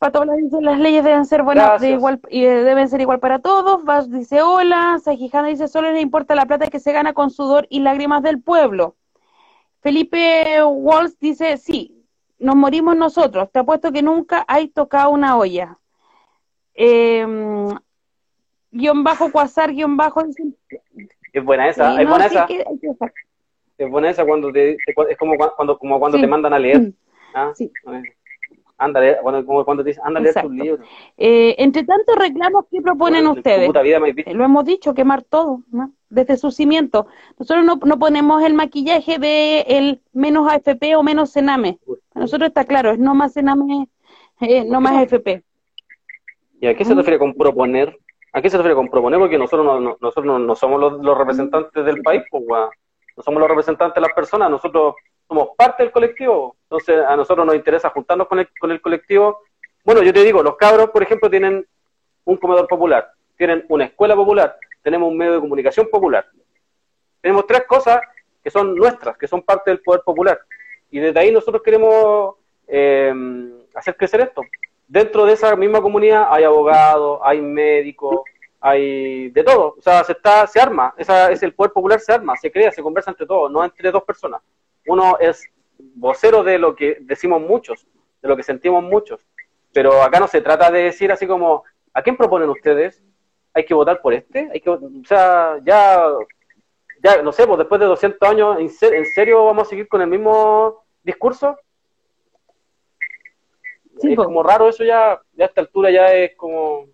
Patola dice, las leyes deben ser buenas, de Gracias. igual, y eh, deben ser igual para todos. Vas dice, hola. Sajijana dice, solo le importa la plata que se gana con sudor y lágrimas del pueblo. Felipe Walsh dice, sí, nos morimos nosotros. Te apuesto que nunca hay tocado una olla. Eh, guión bajo, cuasar, guión bajo, dice, Es buena esa, sí, es no, buena sí, esa. que hay que dejar. Es buena esa cuando te, te- es como cua- cuando, como cuando Sí. te mandan a leer. ¿Ah? Sí. Ándale, cuando, como cuando te dicen, anda a leer tus Exacto. libros. Eh, entre tantos reclamos, ¿qué proponen Bueno, en tu ustedes? puta vida me has visto. Eh, Lo hemos dicho, quemar todo, ¿no? Desde su cimiento. Nosotros no, no ponemos el maquillaje de el menos A F P o menos Sename. Para nosotros está claro, es no más Sename, eh, no más A F P. ¿Y a qué se ¿Mm? refiere con proponer? ¿A qué se refiere con proponer? Porque nosotros no, no- nosotros no, no somos los, los representantes del país, pues, weón. No somos los representantes de las personas, nosotros somos parte del colectivo. Entonces, a nosotros nos interesa juntarnos con el, con el colectivo. Bueno, yo te digo, los cabros, por ejemplo, tienen un comedor popular, tienen una escuela popular, tenemos un medio de comunicación popular. Tenemos tres cosas que son nuestras, que son parte del poder popular. Y desde ahí nosotros queremos eh, hacer crecer esto. Dentro de esa misma comunidad hay abogados, hay médicos, hay de todo. O sea, se está, se arma. Esa es el poder popular, se arma, se crea, se conversa entre todos, no entre dos personas. Uno es vocero de lo que decimos muchos, de lo que sentimos muchos. Pero acá no se trata de decir así como, ¿a quién proponen ustedes? ¿Hay que votar por este? Hay que, o sea, ya, ya, no sé, pues después de doscientos años, ¿en ser- ¿en serio vamos a seguir con el mismo discurso? Sí, Es po. como raro eso ya, ya a esta altura ya es como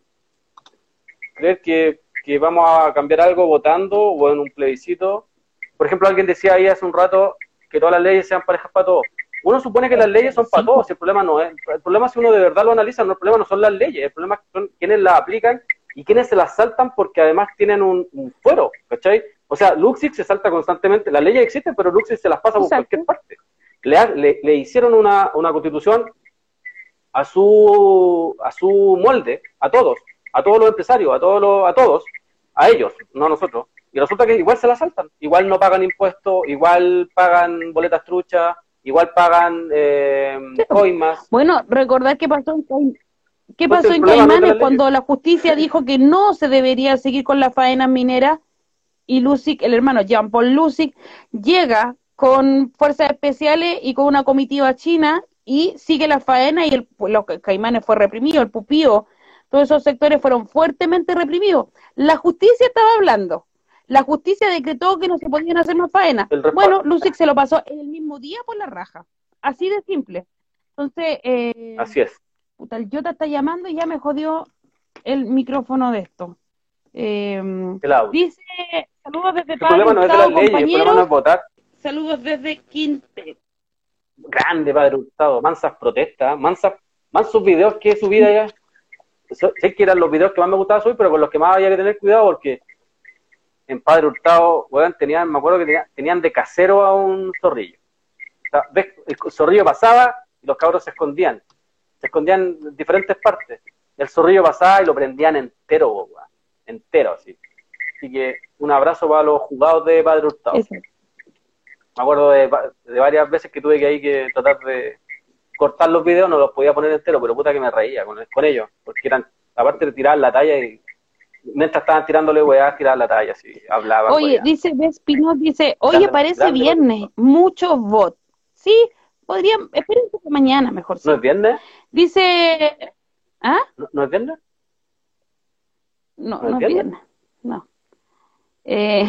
creer que, que vamos a cambiar algo votando o en un plebiscito. Por ejemplo, alguien decía ahí hace un rato que todas las leyes sean parejas para todos. Uno supone que las leyes son para Sí, todos, po. el problema no es, el problema si uno de verdad lo analiza, no, el problema no son las leyes, el problema son quienes las aplican y quienes se las saltan porque además tienen un, un fuero, ¿cachai? O sea, Luxix se salta constantemente, las leyes existen, pero Luxix se las pasa por Exacto. cualquier parte. Le, ha- le, le hicieron una, una constitución a su, a su molde, a todos, a todos los empresarios, a todos los, a todos, a ellos, no a nosotros. Y resulta que igual se la saltan, igual no pagan impuestos, igual pagan boletas truchas, igual pagan eh, coimas. Bueno, recordar qué pasó en, Caim- qué Entonces, pasó el en problema no es de Caimanes las cuando leyes. la justicia dijo que no se debería seguir con las faenas mineras y Lusic, el hermano Jean-Paul Lusic, llega con fuerzas especiales y con una comitiva china y sigue la faena y el, pues, los Caimanes fue reprimido, el Pupío, todos esos sectores fueron fuertemente reprimidos. La justicia estaba hablando. La justicia decretó que no se podían hacer más faenas. El respa- Bueno, Lusic se lo pasó en el mismo día por la raja. Así de simple. Entonces, eh, Así es. puta, el Jota está llamando y ya me jodió el micrófono de esto. Eh, El audio. dice, saludos desde El problema Padre no es de Hurtado, las leyes, el problema no compañeros. es votar. Saludos desde Quintero. Grande Padre Hurtado, mansas protestas, mansas, mansos videos que he subido ya. So- Sé que eran los videos que más me gustaba subir, pero con los que más había que tener cuidado porque en Padre Hurtado, weón, tenían, me acuerdo que tenía- tenían de casero a un zorrillo. O sea, ves, el zorrillo pasaba y los cabros se escondían. Se escondían en diferentes partes. El zorrillo pasaba y lo prendían entero, weón. Entero, así. Así que un abrazo para los jugados de Padre Hurtado. Eso. Me acuerdo de, va- de varias veces que tuve que ahí que tratar de cortar los videos, no los podía poner enteros, pero puta que me reía con, con ellos, porque eran, aparte de tirar la talla y mientras estaban tirándole weá, tirar la talla, así, hablaban. Oye, weá. dice Vespino, dice, oye, Grande- parece grande viernes, Padre muchos bots. Sí, podrían, espérense que mañana mejor. Sí. ¿No es viernes? Dice, ¿ah? ¿No, no es viernes? No, ¿No es no es viernes? viernes. No. Eh,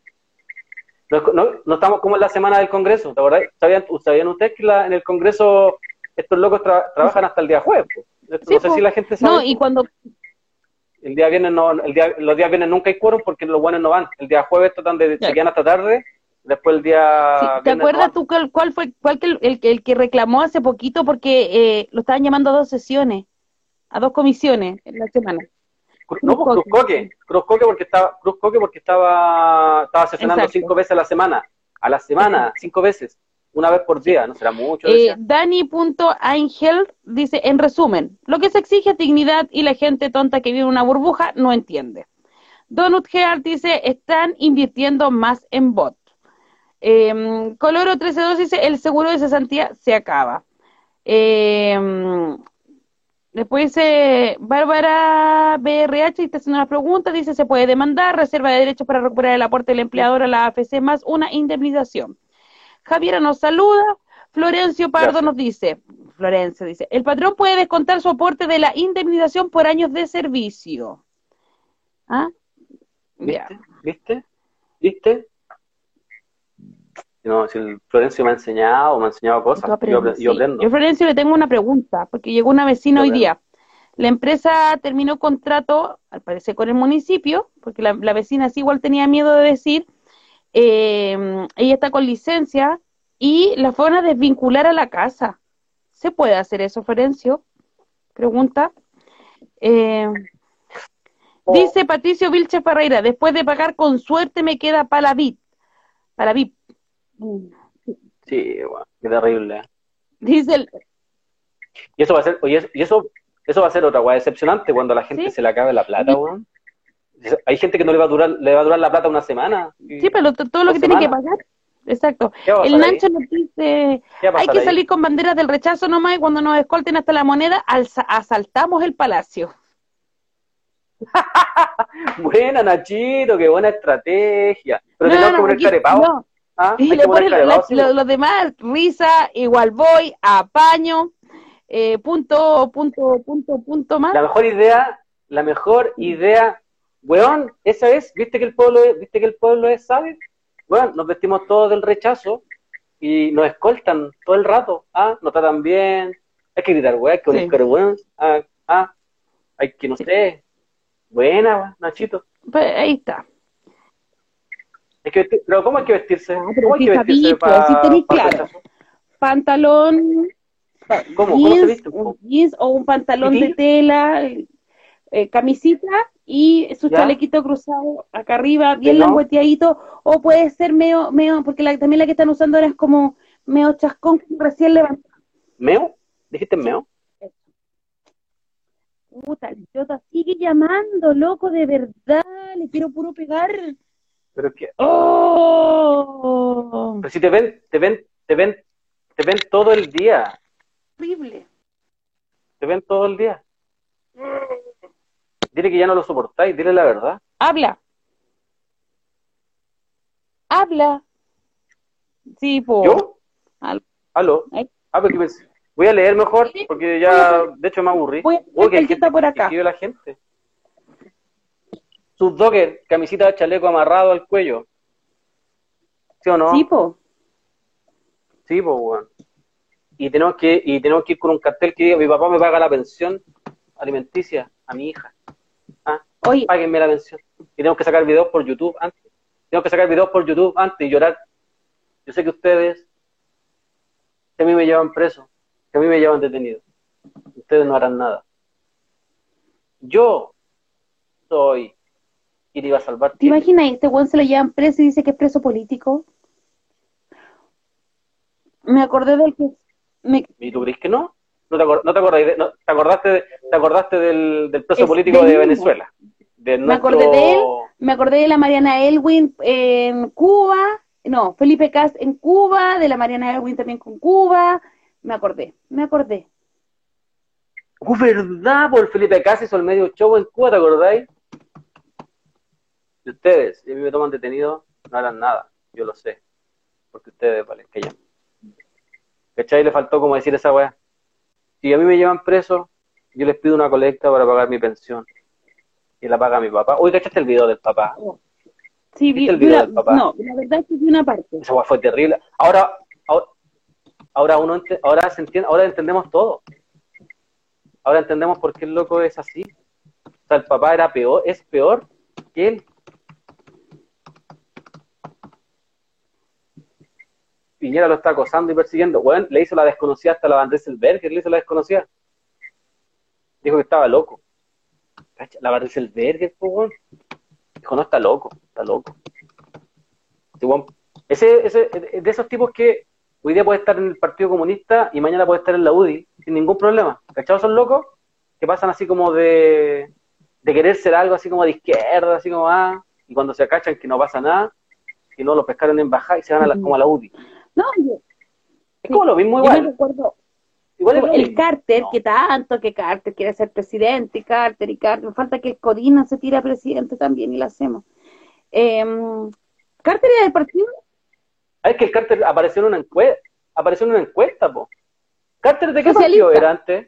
No, es- no- no estamos como en la semana del Congreso, ¿te acordás? ¿Sabían, ¿sabían ustedes que la- en el Congreso estos locos tra- trabajan hasta el día jueves? Po? No Sí, sé po. si la gente sabe. no, y cuando, El día viernes no, el día, los días viernes nunca hay quórum porque los buenos no van. El día jueves tratan de Ya. se quedan hasta tarde, después el día sí, ¿te viernes no acuerdas van. tú cuál, cuál fue cuál que el, el, que- el que reclamó hace poquito porque eh, lo estaban llamando a dos sesiones, a dos comisiones en la semana? Cru- No, pues, Cruz Coque, Cruz Coque porque estaba, Cruz Coque porque estaba, estaba sesionando Exacto. cinco veces a la semana, a la semana, cinco veces, una vez por día, no será mucho. Eh, decía. Dani.Angel dice, en resumen, lo que se exige es dignidad y la gente tonta que vive en una burbuja no entiende. Donut Heart dice, están invirtiendo más en bot. Eh, Coloro trece dos dice, el seguro de cesantía se acaba. Eh, Después dice Bárbara B R H y está haciendo una pregunta, dice, ¿se puede demandar? Reserva de derechos para recuperar el aporte del empleador a la A F C más una indemnización. Javiera nos saluda, Florencio Pardo Gracias. nos dice, Florencio dice, el patrón puede descontar su aporte de la indemnización por años de servicio. ¿Ah? Ya. ¿Viste? ¿Viste? ¿Viste? No, si el Florencio me ha enseñado, me ha enseñado Tú cosas, yo, aprendes, apre- yo sí. aprendo. Yo, Florencio, le tengo una pregunta, porque llegó una vecina Yo hoy aprendo. día. La empresa terminó contrato, al parecer, con el municipio, porque la, la vecina sí igual tenía miedo de decir, eh, ella está con licencia, y la fueron a desvincular a la casa. ¿Se puede hacer eso, Florencio? Pregunta. Eh, Oh, dice Patricio Vilche Ferreira, después de pagar con suerte me queda para la V I P. Para V I P. Mm. sí, bueno, qué terrible. Dice el... Y eso va a ser, oye, y eso, eso va a ser otra weá decepcionante cuando a la gente ¿Sí? se le acabe la plata, weón. Hay gente que no le va a durar, le va a durar la plata una semana. y- Sí, pero to- todo lo dos que tiene que semanas. pagar. Exacto. ¿Qué va a El pasar ahí? Nacho nos dice, ¿Qué va a hay pasar que ahí? salir con banderas del rechazo nomás y cuando nos escolten hasta la moneda, alza- asaltamos el palacio. Buena, Nachito, qué buena estrategia. Pero No, tenemos no, que poner aquí- carepavo. no. ¿Ah? Y Hay le que poner ponen carepavo, la- sí, lo- po. los demás, risa, igual voy, apaño, eh, punto, punto, punto, punto más. La mejor idea, la mejor idea, weón, esa es, viste que el pueblo es, viste que el pueblo es sabio, weón, nos vestimos todos del rechazo y nos escoltan todo el rato, ah, nos tratan bien, hay que gritar, weón, hay que Sí. poner weón, ah, ah, hay que, no sé, buena, weón, Nachito, Pues ahí está. hay que vestir, pero ¿cómo hay que vestirse? Ah, pero ¿Cómo hay sí, que vestirse Javi, pues, para sí tenéis el claro. rechazo? Pantalón, pa- ¿Cómo? ¿Cómo se jeans, viste? un jeans o un pantalón de ¿Pitillo? tela, eh, camisita y su ¿Ya? chalequito cruzado acá arriba, bien ¿Peinado? langueteadito, o puede ser medio, medio, porque la, también la que están usando ahora es como medio chascón, recién levantado. ¿Meo? ¿Dijiste meo? Puta, el idiota sigue llamando, loco, de verdad, le quiero puro pegar. Pero es que, ¡Oh! pero si te ven, te ven, te ven, te ven todo el día. Horrible. Te ven todo el día. Dile que ya no lo soportáis, dile la verdad. Habla. Habla. Sí, po. ¿Yo? Al- ¿Aló? Ay. Ah, pero que pensé- voy a leer mejor, Sí, porque ya, de hecho, me aburrí. Voy a Uy, que hay que gente está por que acá. escribe la gente. Sus dockers, camisita de chaleco amarrado al cuello. ¿Sí o no? Sí, po. Sí, pues, weón. Y tenemos que, y tenemos que ir con un cartel que diga, mi papá me paga la pensión alimenticia a mi hija. Ah, Oye, páguenme la pensión. Y tenemos que sacar videos por YouTube antes. Tenemos que sacar videos por YouTube antes y llorar. Yo sé que ustedes, que a mí me llevan preso, que a mí me llevan detenido. Ustedes no harán nada. Yo soy quien iba a salvar ¿te Chile. imaginas? Este weón se lo llevan preso y dice que es preso político. Me acordé del que... Me, ¿Y tú crees que no? ¿No te, acor- no te, acordáis de- no- te acordaste, de- te acordaste del, del preso Es político del de mismo. Venezuela? De Me nuestro... acordé de él. me acordé de la Mariana Elwin en Cuba. No, Felipe Cast en Cuba, de la Mariana Elwin también con Cuba. Me acordé, me acordé. ¡Oh, verdad! Por Felipe Casi hizo el medio show en Cuba, ¿te acordáis? Y ustedes, si a mí me toman detenido, no harán nada. Yo lo sé. Porque ustedes, vale, que ya. ¿Cachai? Le faltó como decir esa weá. Si a mí me llevan preso, yo les pido una colecta para pagar mi pensión. Y la paga mi papá. Uy, ¿cachaste el video del papá? Sí, ¿Viste vi, el vi video una- del papá? no, la verdad es que vi una parte. Esa weá fue terrible. Ahora, ahora, ahora uno ente- ahora se entiende, ahora entendemos todo. Ahora entendemos por qué el loco es así. O sea, el papá era peor, es peor que él. Piñera lo está acosando y persiguiendo. Bueno, le hizo la desconocida hasta la Van Rieselbergher, le hizo la desconocida. Dijo que estaba loco. ¿Cacha? La Van Rieselbergher, pues, weón. Dijo, no, está loco, está loco. Sí, weón. Ese, ese, de esos tipos que hoy día puede estar en el Partido Comunista y mañana puede estar en la U D I sin ningún problema. ¿Cachados? Son locos que pasan así como de, de querer ser algo así como de izquierda, así como, ah, y cuando se acachan que no pasa nada, y no lo pescaron en embajada y se van a la, como a la U D I. No, yo, Es como lo mismo yo me igual. recuerdo, Igual es lo el mismo. Carter, No. que tanto que Carter quiere ser presidente, y Carter, y Carter, me falta que el Corina se tire a presidente también y lo hacemos. Eh, Carter era del partido Ah, es que el Carter apareció en una encuesta, apareció en una encuesta, po. ¿Carter de qué partido socialista. era antes?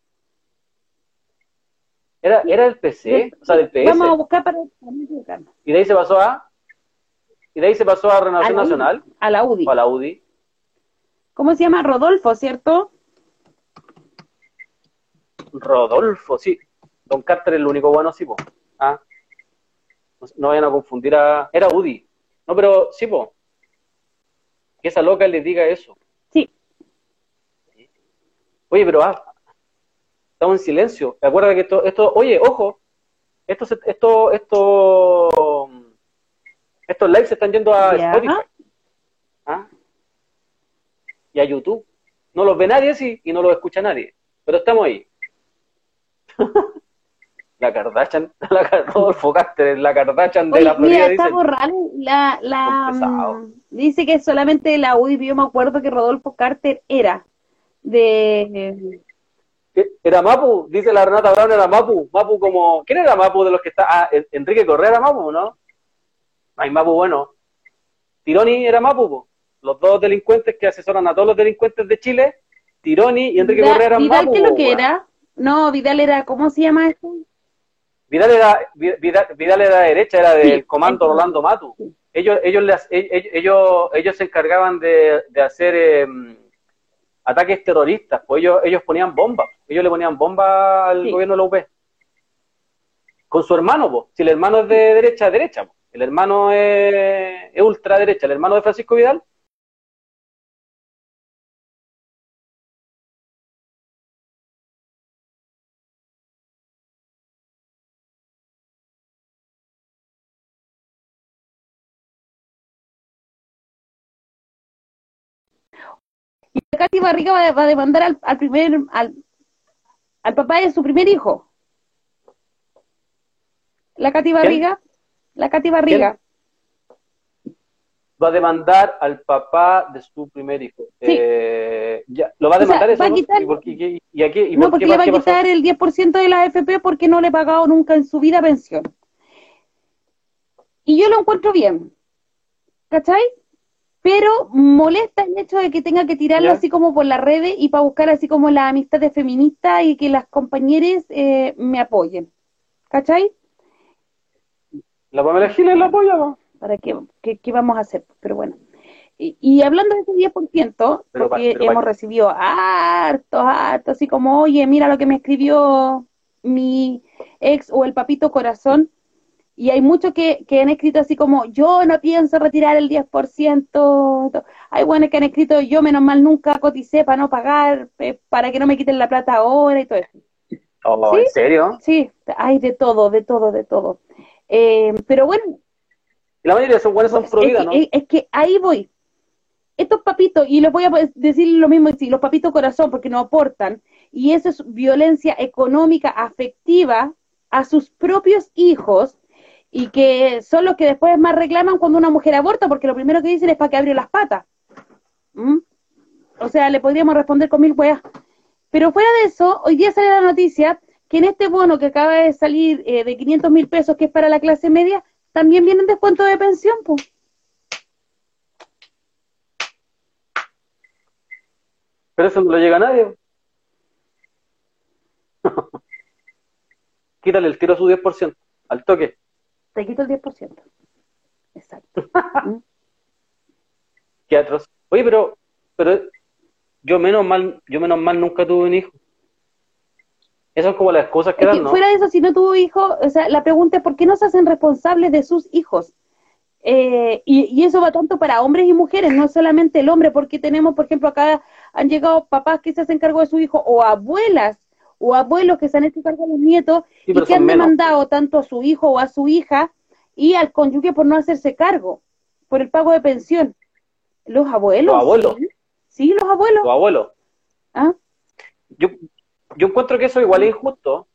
Era, era del P C, Del- o sea, del P S. Vamos a buscar para, para no equivocarnos. Y de ahí se pasó a, y de ahí se pasó a A Renovación la U D I, Nacional, a la U D I. o a la U D I. ¿Cómo se llama? Rodolfo, ¿cierto? Rodolfo, sí. Don Carter es el único bueno, sí, po. Ah, no, no vayan a confundir a... Era U D I. No, pero sí, po. Que esa loca les diga eso. Sí. Oye, pero ah, estamos en silencio. Acuérdate que esto, esto, oye, ojo, esto, se- esto, esto, estos lives se están yendo a Ya. Spotify. ¿Ah? Y a YouTube. No los ve nadie, sí, y no los escucha nadie. Pero estamos ahí. La Kardashian, la Kar- Rodolfo Carter, la Kardashian de Oye, la Florida, mira, está dicen. borrado. La, la, Son pesados. mm, dice que solamente la U D I, yo me acuerdo que Rodolfo Carter era de... Eh, Era Mapu, dice la Renata Brown, era Mapu. Mapu como... ¿Quién era Mapu de los que está? Ah, En- Enrique Correa era Mapu, ¿no? Ay, Mapu, bueno. Tironi era Mapu, po. Los dos delincuentes que asesoran a todos los delincuentes de Chile, Tironi y Enrique Da- Correa eran Vidal, Mapu. ¿qué es lo po, que weón. era? No, Vidal era, ¿cómo se llama esto? Vidal era, Vi- Vidal, Vidal era de derecha, era del Sí, comando eso. Rolando Matu. Ellos, ellos, le ha- ellos, ellos, ellos se encargaban de, de hacer eh, ataques terroristas, pues ellos, ellos ponían bombas, ellos le ponían bombas al Sí. gobierno de la U P. Con su hermano, pues. Si el hermano es de derecha, es derecha, po. El hermano es, es ultraderecha, el hermano de Francisco Vidal. Y la Katy Barriga va, va a demandar al, al primer, al, al papá de su primer hijo. La Katy Barriga, la Katy Barriga. Va a demandar al papá de su primer hijo. Sí. Eh, ya, ¿Lo va a O sea, demandar eso? va a ¿no? quitar- ¿Y, por qué, qué- y aquí, y No, por porque qué, le va a qué pasó? quitar el diez por ciento de la A F P porque no le he pagado nunca en su vida pensión. Y yo lo encuentro bien. ¿Cachai? Pero molesta el hecho de que tenga que tirarlo Ya. así como por las redes y para buscar así como las amistades feministas y que las compañeras eh, me apoyen. ¿Cachai? La Pamela Giles la apoya, ¿no? ¿Para qué, qué, qué vamos a hacer? Pero bueno. Y, y hablando de ese diez por ciento, Pero pa- porque pero pa- hemos recibido hartos, hartos, así como, oye, mira lo que me escribió mi ex o el papito corazón, y hay muchos que, que han escrito así como, yo no pienso retirar el diez por ciento, hay buenos que han escrito, yo menos mal nunca coticé para no pagar, eh, para que no me quiten la plata ahora y todo eso. Oh, ¿Sí? ¿en serio? Sí, hay de todo, de todo, de todo. Eh, pero bueno, Y la mayoría de esos buenos son pro es vida, que, ¿no? es, es que ahí voy. Estos papitos, y les voy a decir lo mismo, sí, los papitos corazón, porque no aportan, y eso es violencia económica, afectiva a sus propios hijos, y que son los que después más reclaman cuando una mujer aborta, porque lo primero que dicen es para que abrió las patas. ¿Mm? O sea, le podríamos responder con mil weas. Pero fuera de eso, hoy día sale la noticia que en este bono que acaba de salir eh, de quinientos mil pesos, que es para la clase media, también vienen descuentos de pensión, pues. Pero eso no lo llega a nadie. Quítale el tiro a su diez por ciento, al toque. Te quito el diez por ciento. Exacto. ¿Mm? Qué atroz. Oye, pero, pero yo menos mal, yo menos mal nunca tuve un hijo. Esas son como las cosas que Es que dan, ¿no? fuera de eso, si no tuvo hijo, o sea, la pregunta es ¿por qué no se hacen responsables de sus hijos? Eh, y, y eso va tanto para hombres y mujeres, no solamente el hombre, porque tenemos, por ejemplo, acá han llegado papás que se hacen cargo de su hijo, o abuelas, o abuelos que se han hecho cargo de los nietos, Sí, y pero que son han menos. demandado tanto a su hijo o a su hija, y al cónyuge por no hacerse cargo, por el pago de pensión. Los abuelos. Los abuelos. Sí, sí, los abuelos. Los abuelos. ¿Ah? Yo, yo encuentro que eso igual es injusto.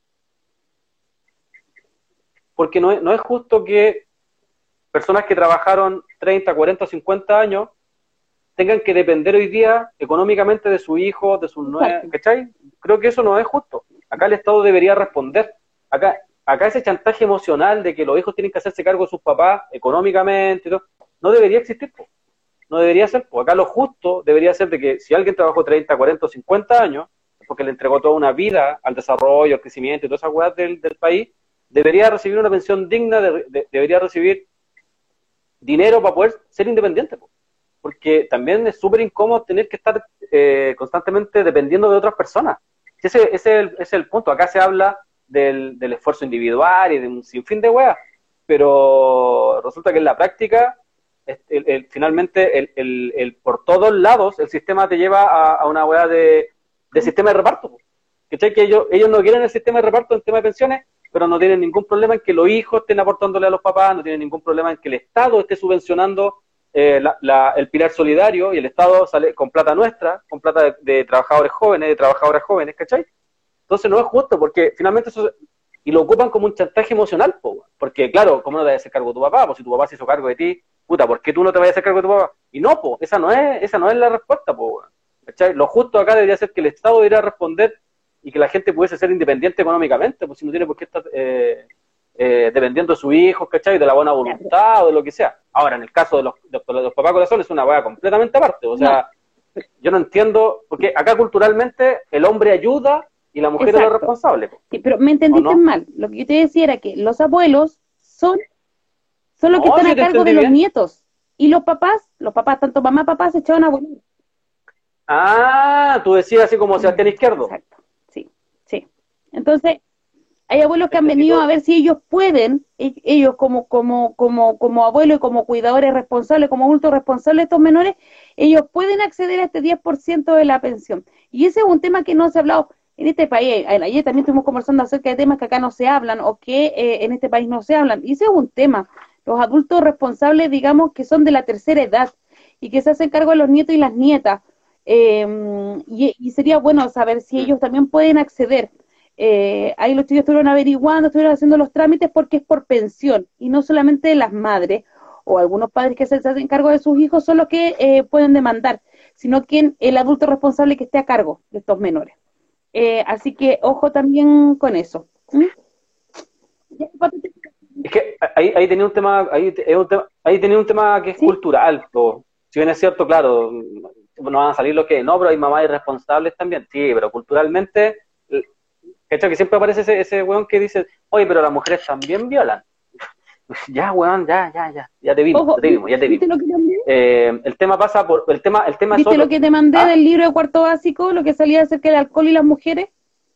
Porque no es, no es justo que personas que trabajaron treinta, cuarenta, cincuenta años tengan que depender hoy día económicamente de su hijo, de sus nueve, ¿cachai? Creo que eso no es justo. Acá el Estado debería responder. Acá, acá ese chantaje emocional de que los hijos tienen que hacerse cargo de sus papás económicamente y todo, no debería existir, po. No debería ser, pues acá lo justo debería ser de que si alguien trabajó treinta, cuarenta o cincuenta años, porque le entregó toda una vida al desarrollo, al crecimiento y todas esas cosas del, del país, debería recibir una pensión digna, de, de, debería recibir dinero para poder ser independiente, pues. Porque también es súper incómodo tener que estar eh, constantemente dependiendo de otras personas. Ese, ese, es el, ese es el punto. Acá se habla del, del esfuerzo individual y de un sinfín de weas, pero resulta que en la práctica El, el, finalmente, el, el, el, por todos lados, el sistema te lleva a, a una hueá de, de sistema de reparto. ¿Cachai? Que ellos, ellos no quieren el sistema de reparto en tema de pensiones, pero no tienen ningún problema en que los hijos estén aportándole a los papás, no tienen ningún problema en que el Estado esté subvencionando eh, la, la, el pilar solidario, y el Estado sale con plata nuestra, con plata de, de trabajadores jóvenes, de trabajadoras jóvenes, ¿cachai? Entonces no es justo, porque finalmente eso... Y lo ocupan como un chantaje emocional, po, porque claro, ¿cómo no te vas a hacer cargo de tu papá? Pues si tu papá se hizo cargo de ti, puta, ¿por qué tú no te vas a hacer cargo de tu papá? Y no, po, esa no es, esa no es la respuesta, po, ¿cachai? Lo justo acá debería ser que el Estado debería responder y que la gente pudiese ser independiente económicamente, pues si no tiene por qué estar eh, eh, dependiendo de sus hijos, ¿cachai? De la buena voluntad o de lo que sea. Ahora, en el caso de los, de, de los papás corazón es una hueá completamente aparte, o sea, no. Yo no entiendo, porque acá culturalmente el hombre ayuda y la mujer Exacto. es la responsable. Sí, pero me entendiste no? mal. Lo que yo te decía era que los abuelos son, son los no, que están a cargo de bien. los nietos. Y los papás, los papás, tanto mamá, papá, se echaban a volar. Ah, tú decías así como Sebastián Izquierdo. Exacto, sí, sí. Entonces, hay abuelos que han venido a ver si ellos pueden, ellos como, como, como, como abuelos y como cuidadores responsables, como adultos responsables de estos menores, ellos pueden acceder a este diez por ciento de la pensión. Y ese es un tema que no se ha hablado. En este país, ayer también estuvimos conversando acerca de temas que acá no se hablan o que eh, en este país no se hablan. Y ese es un tema. Los adultos responsables, digamos, que son de la tercera edad y que se hacen cargo de los nietos y las nietas. Eh, y, y sería bueno saber si ellos también pueden acceder. Eh, ahí los estudios estuvieron averiguando, estuvieron haciendo los trámites porque es por pensión y no solamente las madres o algunos padres que se hacen cargo de sus hijos son los que eh, pueden demandar, sino que el adulto responsable que esté a cargo de estos menores. Eh, así que ojo también con eso. ¿Mm? Es que ahí, ahí tenía un tema, ahí, un tema, ahí tenía un tema que es ¿Sí? cultural. Todo. Si bien es cierto, claro, no van a salir lo que no, pero hay mamás irresponsables también. Sí, pero culturalmente, ¿cachai? Que siempre aparece ese, ese weón que dice, oye, pero las mujeres también violan. Ya, weón, ya, ya, ya, ya te vimos, Ojo, ya te vimos, ya te vimos. Eh, el tema pasa por, el tema, el tema ¿Viste es otro. lo que te mandé ¿Ah? del libro de cuarto básico, lo que salía acerca del alcohol y las mujeres?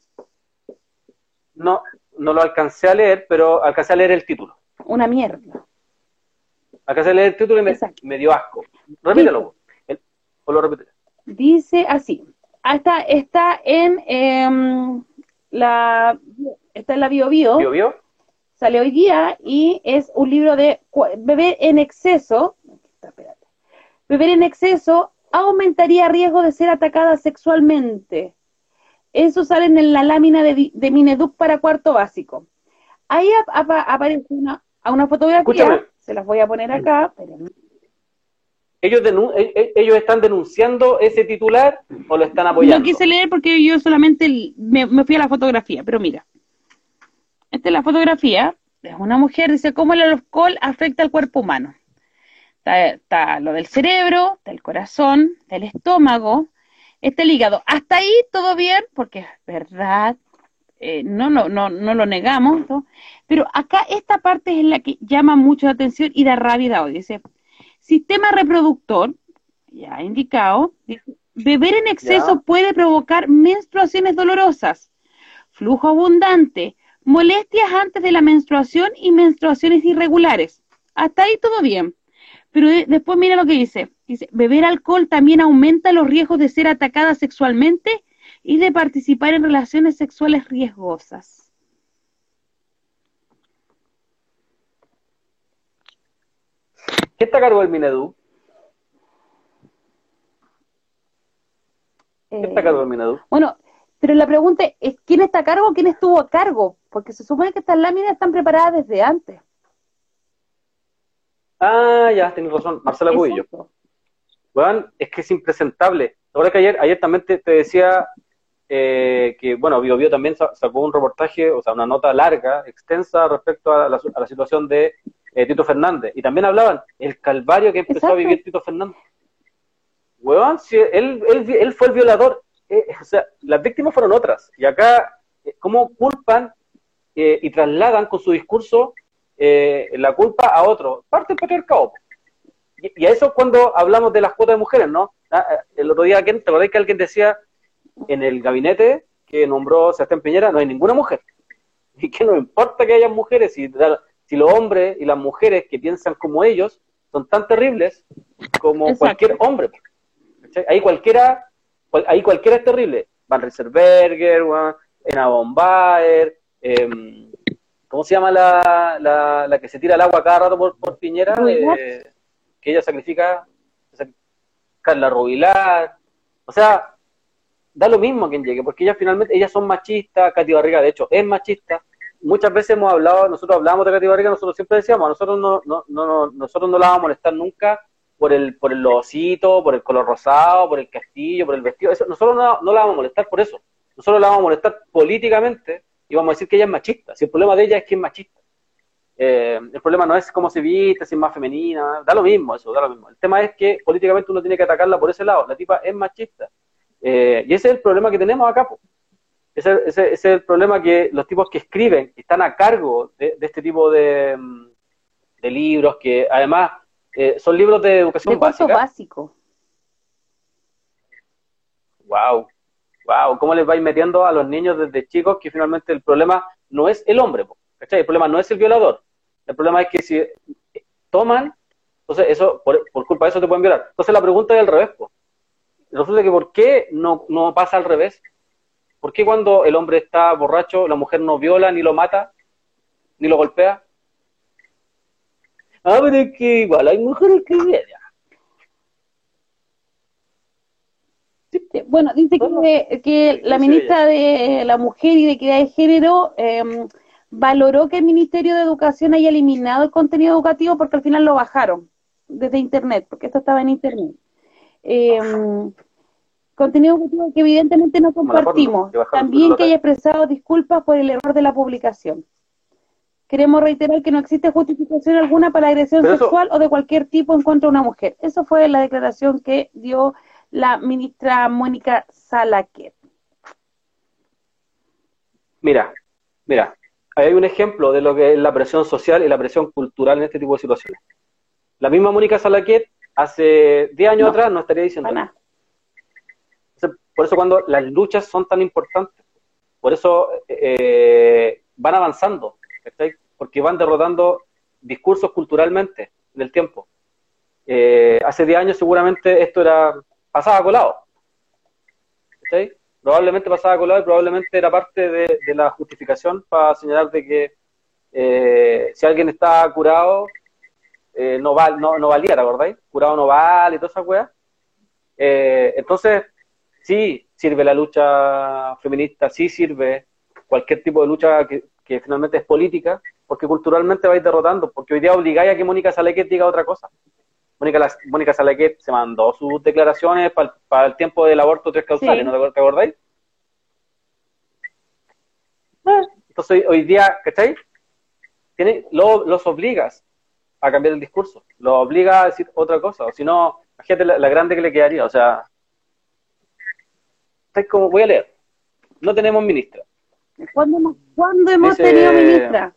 No, no lo alcancé a leer, pero alcancé a leer el título. Una mierda. Alcancé a leer el título y me, me dio asco. Repítelo, el, o lo repetiré. Dice así, está, está en eh, la, está en la Bio Bio. ¿Bio Bio? Sale hoy día y es un libro de beber en exceso, espérate, beber en exceso aumentaría riesgo de ser atacada sexualmente. Eso sale en la lámina de, de Mineduc para cuarto básico. Ahí ap ap aparece una, a una fotografía, Escúchame. Se las voy a poner acá. Espérenme. ¿Ellos, ¿Ellos están denunciando ese titular o lo están apoyando? No quise leer porque yo solamente me, me fui a la fotografía, pero mira. Esta es la fotografía, es una mujer, dice cómo el alcohol afecta al cuerpo humano. Está, está lo del cerebro, del corazón, del estómago, está el hígado. Hasta ahí todo bien, porque es verdad, eh, no, no, no, no lo negamos, ¿no? Pero acá esta parte es la que llama mucho la atención y da rabia y da odio. Dice, sistema reproductor, ya indicado, dice, beber en exceso ya. puede provocar menstruaciones dolorosas, flujo abundante, molestias antes de la menstruación y menstruaciones irregulares. Hasta ahí todo bien. Pero de, después mira lo que dice. Dice, beber alcohol también aumenta los riesgos de ser atacada sexualmente y de participar en relaciones sexuales riesgosas. ¿Qué está a cargo del Mineduc? ¿Qué eh, está a cargo del Mineduc? Bueno, pero la pregunta es, ¿quién está a cargo o quién estuvo a cargo? Porque se supone que estas láminas están preparadas desde antes. Ah, ya, tienes razón. Marcela Cubillo. weón, es que es impresentable. La verdad que ayer, ayer también te, te decía eh, que, bueno, Bio Bio también sacó un reportaje, o sea, una nota larga, extensa respecto a la, a la situación de eh, Tito Fernández. Y también hablaban el calvario que empezó Exacto. a vivir Tito Fernández. Weón, si él, él, él fue el violador. Eh, o sea, las víctimas fueron otras. Y acá, eh, ¿cómo culpan eh, y trasladan con su discurso eh, la culpa a otro? Parte del patriarcado. Y, y a eso es cuando hablamos de las cuotas de mujeres, ¿no? Ah, el otro día, ¿te acordás que alguien decía en el gabinete que nombró Sebastián Piñera no hay ninguna mujer? Y que no importa que haya mujeres, si, si los hombres y las mujeres que piensan como ellos son tan terribles como Exacto. cualquier hombre. Ahí cualquiera, ahí cualquiera es terrible. Van Rieselbergher, Ena Bombaer, eh, ¿cómo se llama la, la, la que se tira al agua cada rato por, por Piñera? Eh, que ella sacrifica, Carla Rubilar. O sea, da lo mismo a quien llegue, porque ellas finalmente, ellas son machistas. Katy Barriga, de hecho, es machista. Muchas veces hemos hablado, nosotros hablamos de Katy Barriga, nosotros siempre decíamos, a nosotros no, no, no, no, nosotros no la vamos a molestar nunca por el por el osito, por el color rosado, por el castillo, por el vestido. Eso, nosotros no, no la vamos a molestar por eso. Nosotros la vamos a molestar políticamente y vamos a decir que ella es machista. Si el problema de ella es que es machista. Eh, el problema no es cómo se viste, si es más femenina, da lo mismo eso, da lo mismo. El tema es que políticamente uno tiene que atacarla por ese lado. La tipa es machista. Eh, y ese es el problema que tenemos acá. Ese, ese, ese es el problema que los tipos que escriben, que están a cargo de, de este tipo de, de libros, que además... Eh, son libros de educación de curso básica. básico. Wow, wow, ¿cómo les vais metiendo a los niños desde chicos que finalmente el problema no es el hombre, ¿cachai? El problema no es el violador. El problema es que si toman, entonces eso, por, por culpa de eso te pueden violar. Entonces la pregunta es al revés, po. Resulta que ¿por qué no, no pasa al revés? ¿Por qué cuando el hombre está borracho, la mujer no viola, ni lo mata, ni lo golpea? Ah, pero es que igual hay mujeres que vienen. Sí, bueno, dice que, que la ministra de la Mujer y de Equidad de Género eh, valoró que el Ministerio de Educación haya eliminado el contenido educativo porque al final lo bajaron desde Internet, porque esto estaba en Internet. Eh, contenido educativo que evidentemente no compartimos. También que haya expresado disculpas por el error de la publicación. Queremos reiterar que no existe justificación alguna para la agresión Pero sexual eso... o de cualquier tipo en contra de una mujer. Eso fue la declaración que dio la ministra Mónica Salaquet. Mira, mira, hay un ejemplo de lo que es la presión social y la presión cultural en este tipo de situaciones. La misma Mónica Salaquet hace diez años no, atrás no estaría diciendo nada. Por eso cuando las luchas son tan importantes, por eso eh, van avanzando, ¿cachai? Porque van derrotando discursos culturalmente en el tiempo. Eh, hace diez años seguramente esto era pasaba colado. ¿Sí? Probablemente pasaba colado y probablemente era parte de, de la justificación para señalar de que eh, si alguien está curado, eh, no, val, no, no valía, ¿te acordáis? Curado no vale y todas esas weas. Eh, entonces, sí sirve la lucha feminista, sí sirve cualquier tipo de lucha que, que finalmente es política, porque culturalmente vais derrotando, porque hoy día obligáis a que Mónica Salaquet diga otra cosa. Mónica, Mónica Salaquet se mandó sus declaraciones para pa el tiempo del aborto tres causales, sí. ¿No te, te acordáis? Entonces hoy día, ¿cachai? Tiene, lo, los obligas a cambiar el discurso, los obliga a decir otra cosa, o si no, imagínate la, la grande que le quedaría, o sea, ¿estáis como? Voy a leer, no tenemos ministra. ¿Cuándo, ¿cuándo hemos Dice, tenido ministra?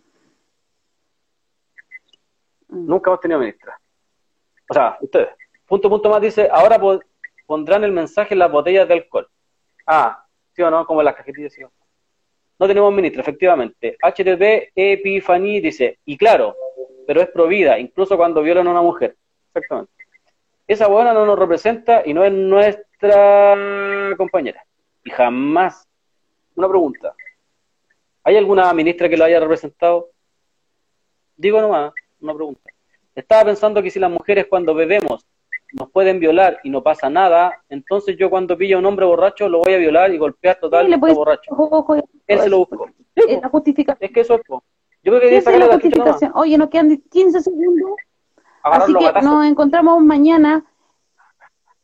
Nunca hemos tenido ministra. O sea, ustedes. Punto, punto más dice, ahora pondrán el mensaje en las botellas de alcohol. Ah, ¿sí o no? Como en las cajetillas, ¿sí o no? No tenemos ministra, efectivamente. H T T Epifaní dice, y claro, pero es provida, incluso cuando violan a una mujer. Exactamente. Esa buena no nos representa y no es nuestra compañera. Y jamás. Una pregunta. ¿Hay alguna ministra que lo haya representado? Digo nomás, una pregunta. Estaba pensando que si las mujeres cuando bebemos nos pueden violar y no pasa nada, entonces yo cuando pillo a un hombre borracho lo voy a violar y golpear total sí, borracho. Ojo, ojo, Él se lo buscó. Es la justificación. Es que eso es. Yo creo que sí, es la justificación. Oye, nos quedan quince segundos. Agarrarlo así que nos encontramos mañana.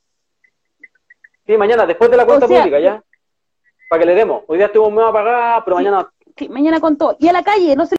Sí, mañana, después de la cuenta O sea, pública, ¿ya? Para que le demos. Hoy día estuvimos medio apagados, pero sí, mañana sí, mañana con todo. Y a la calle, no se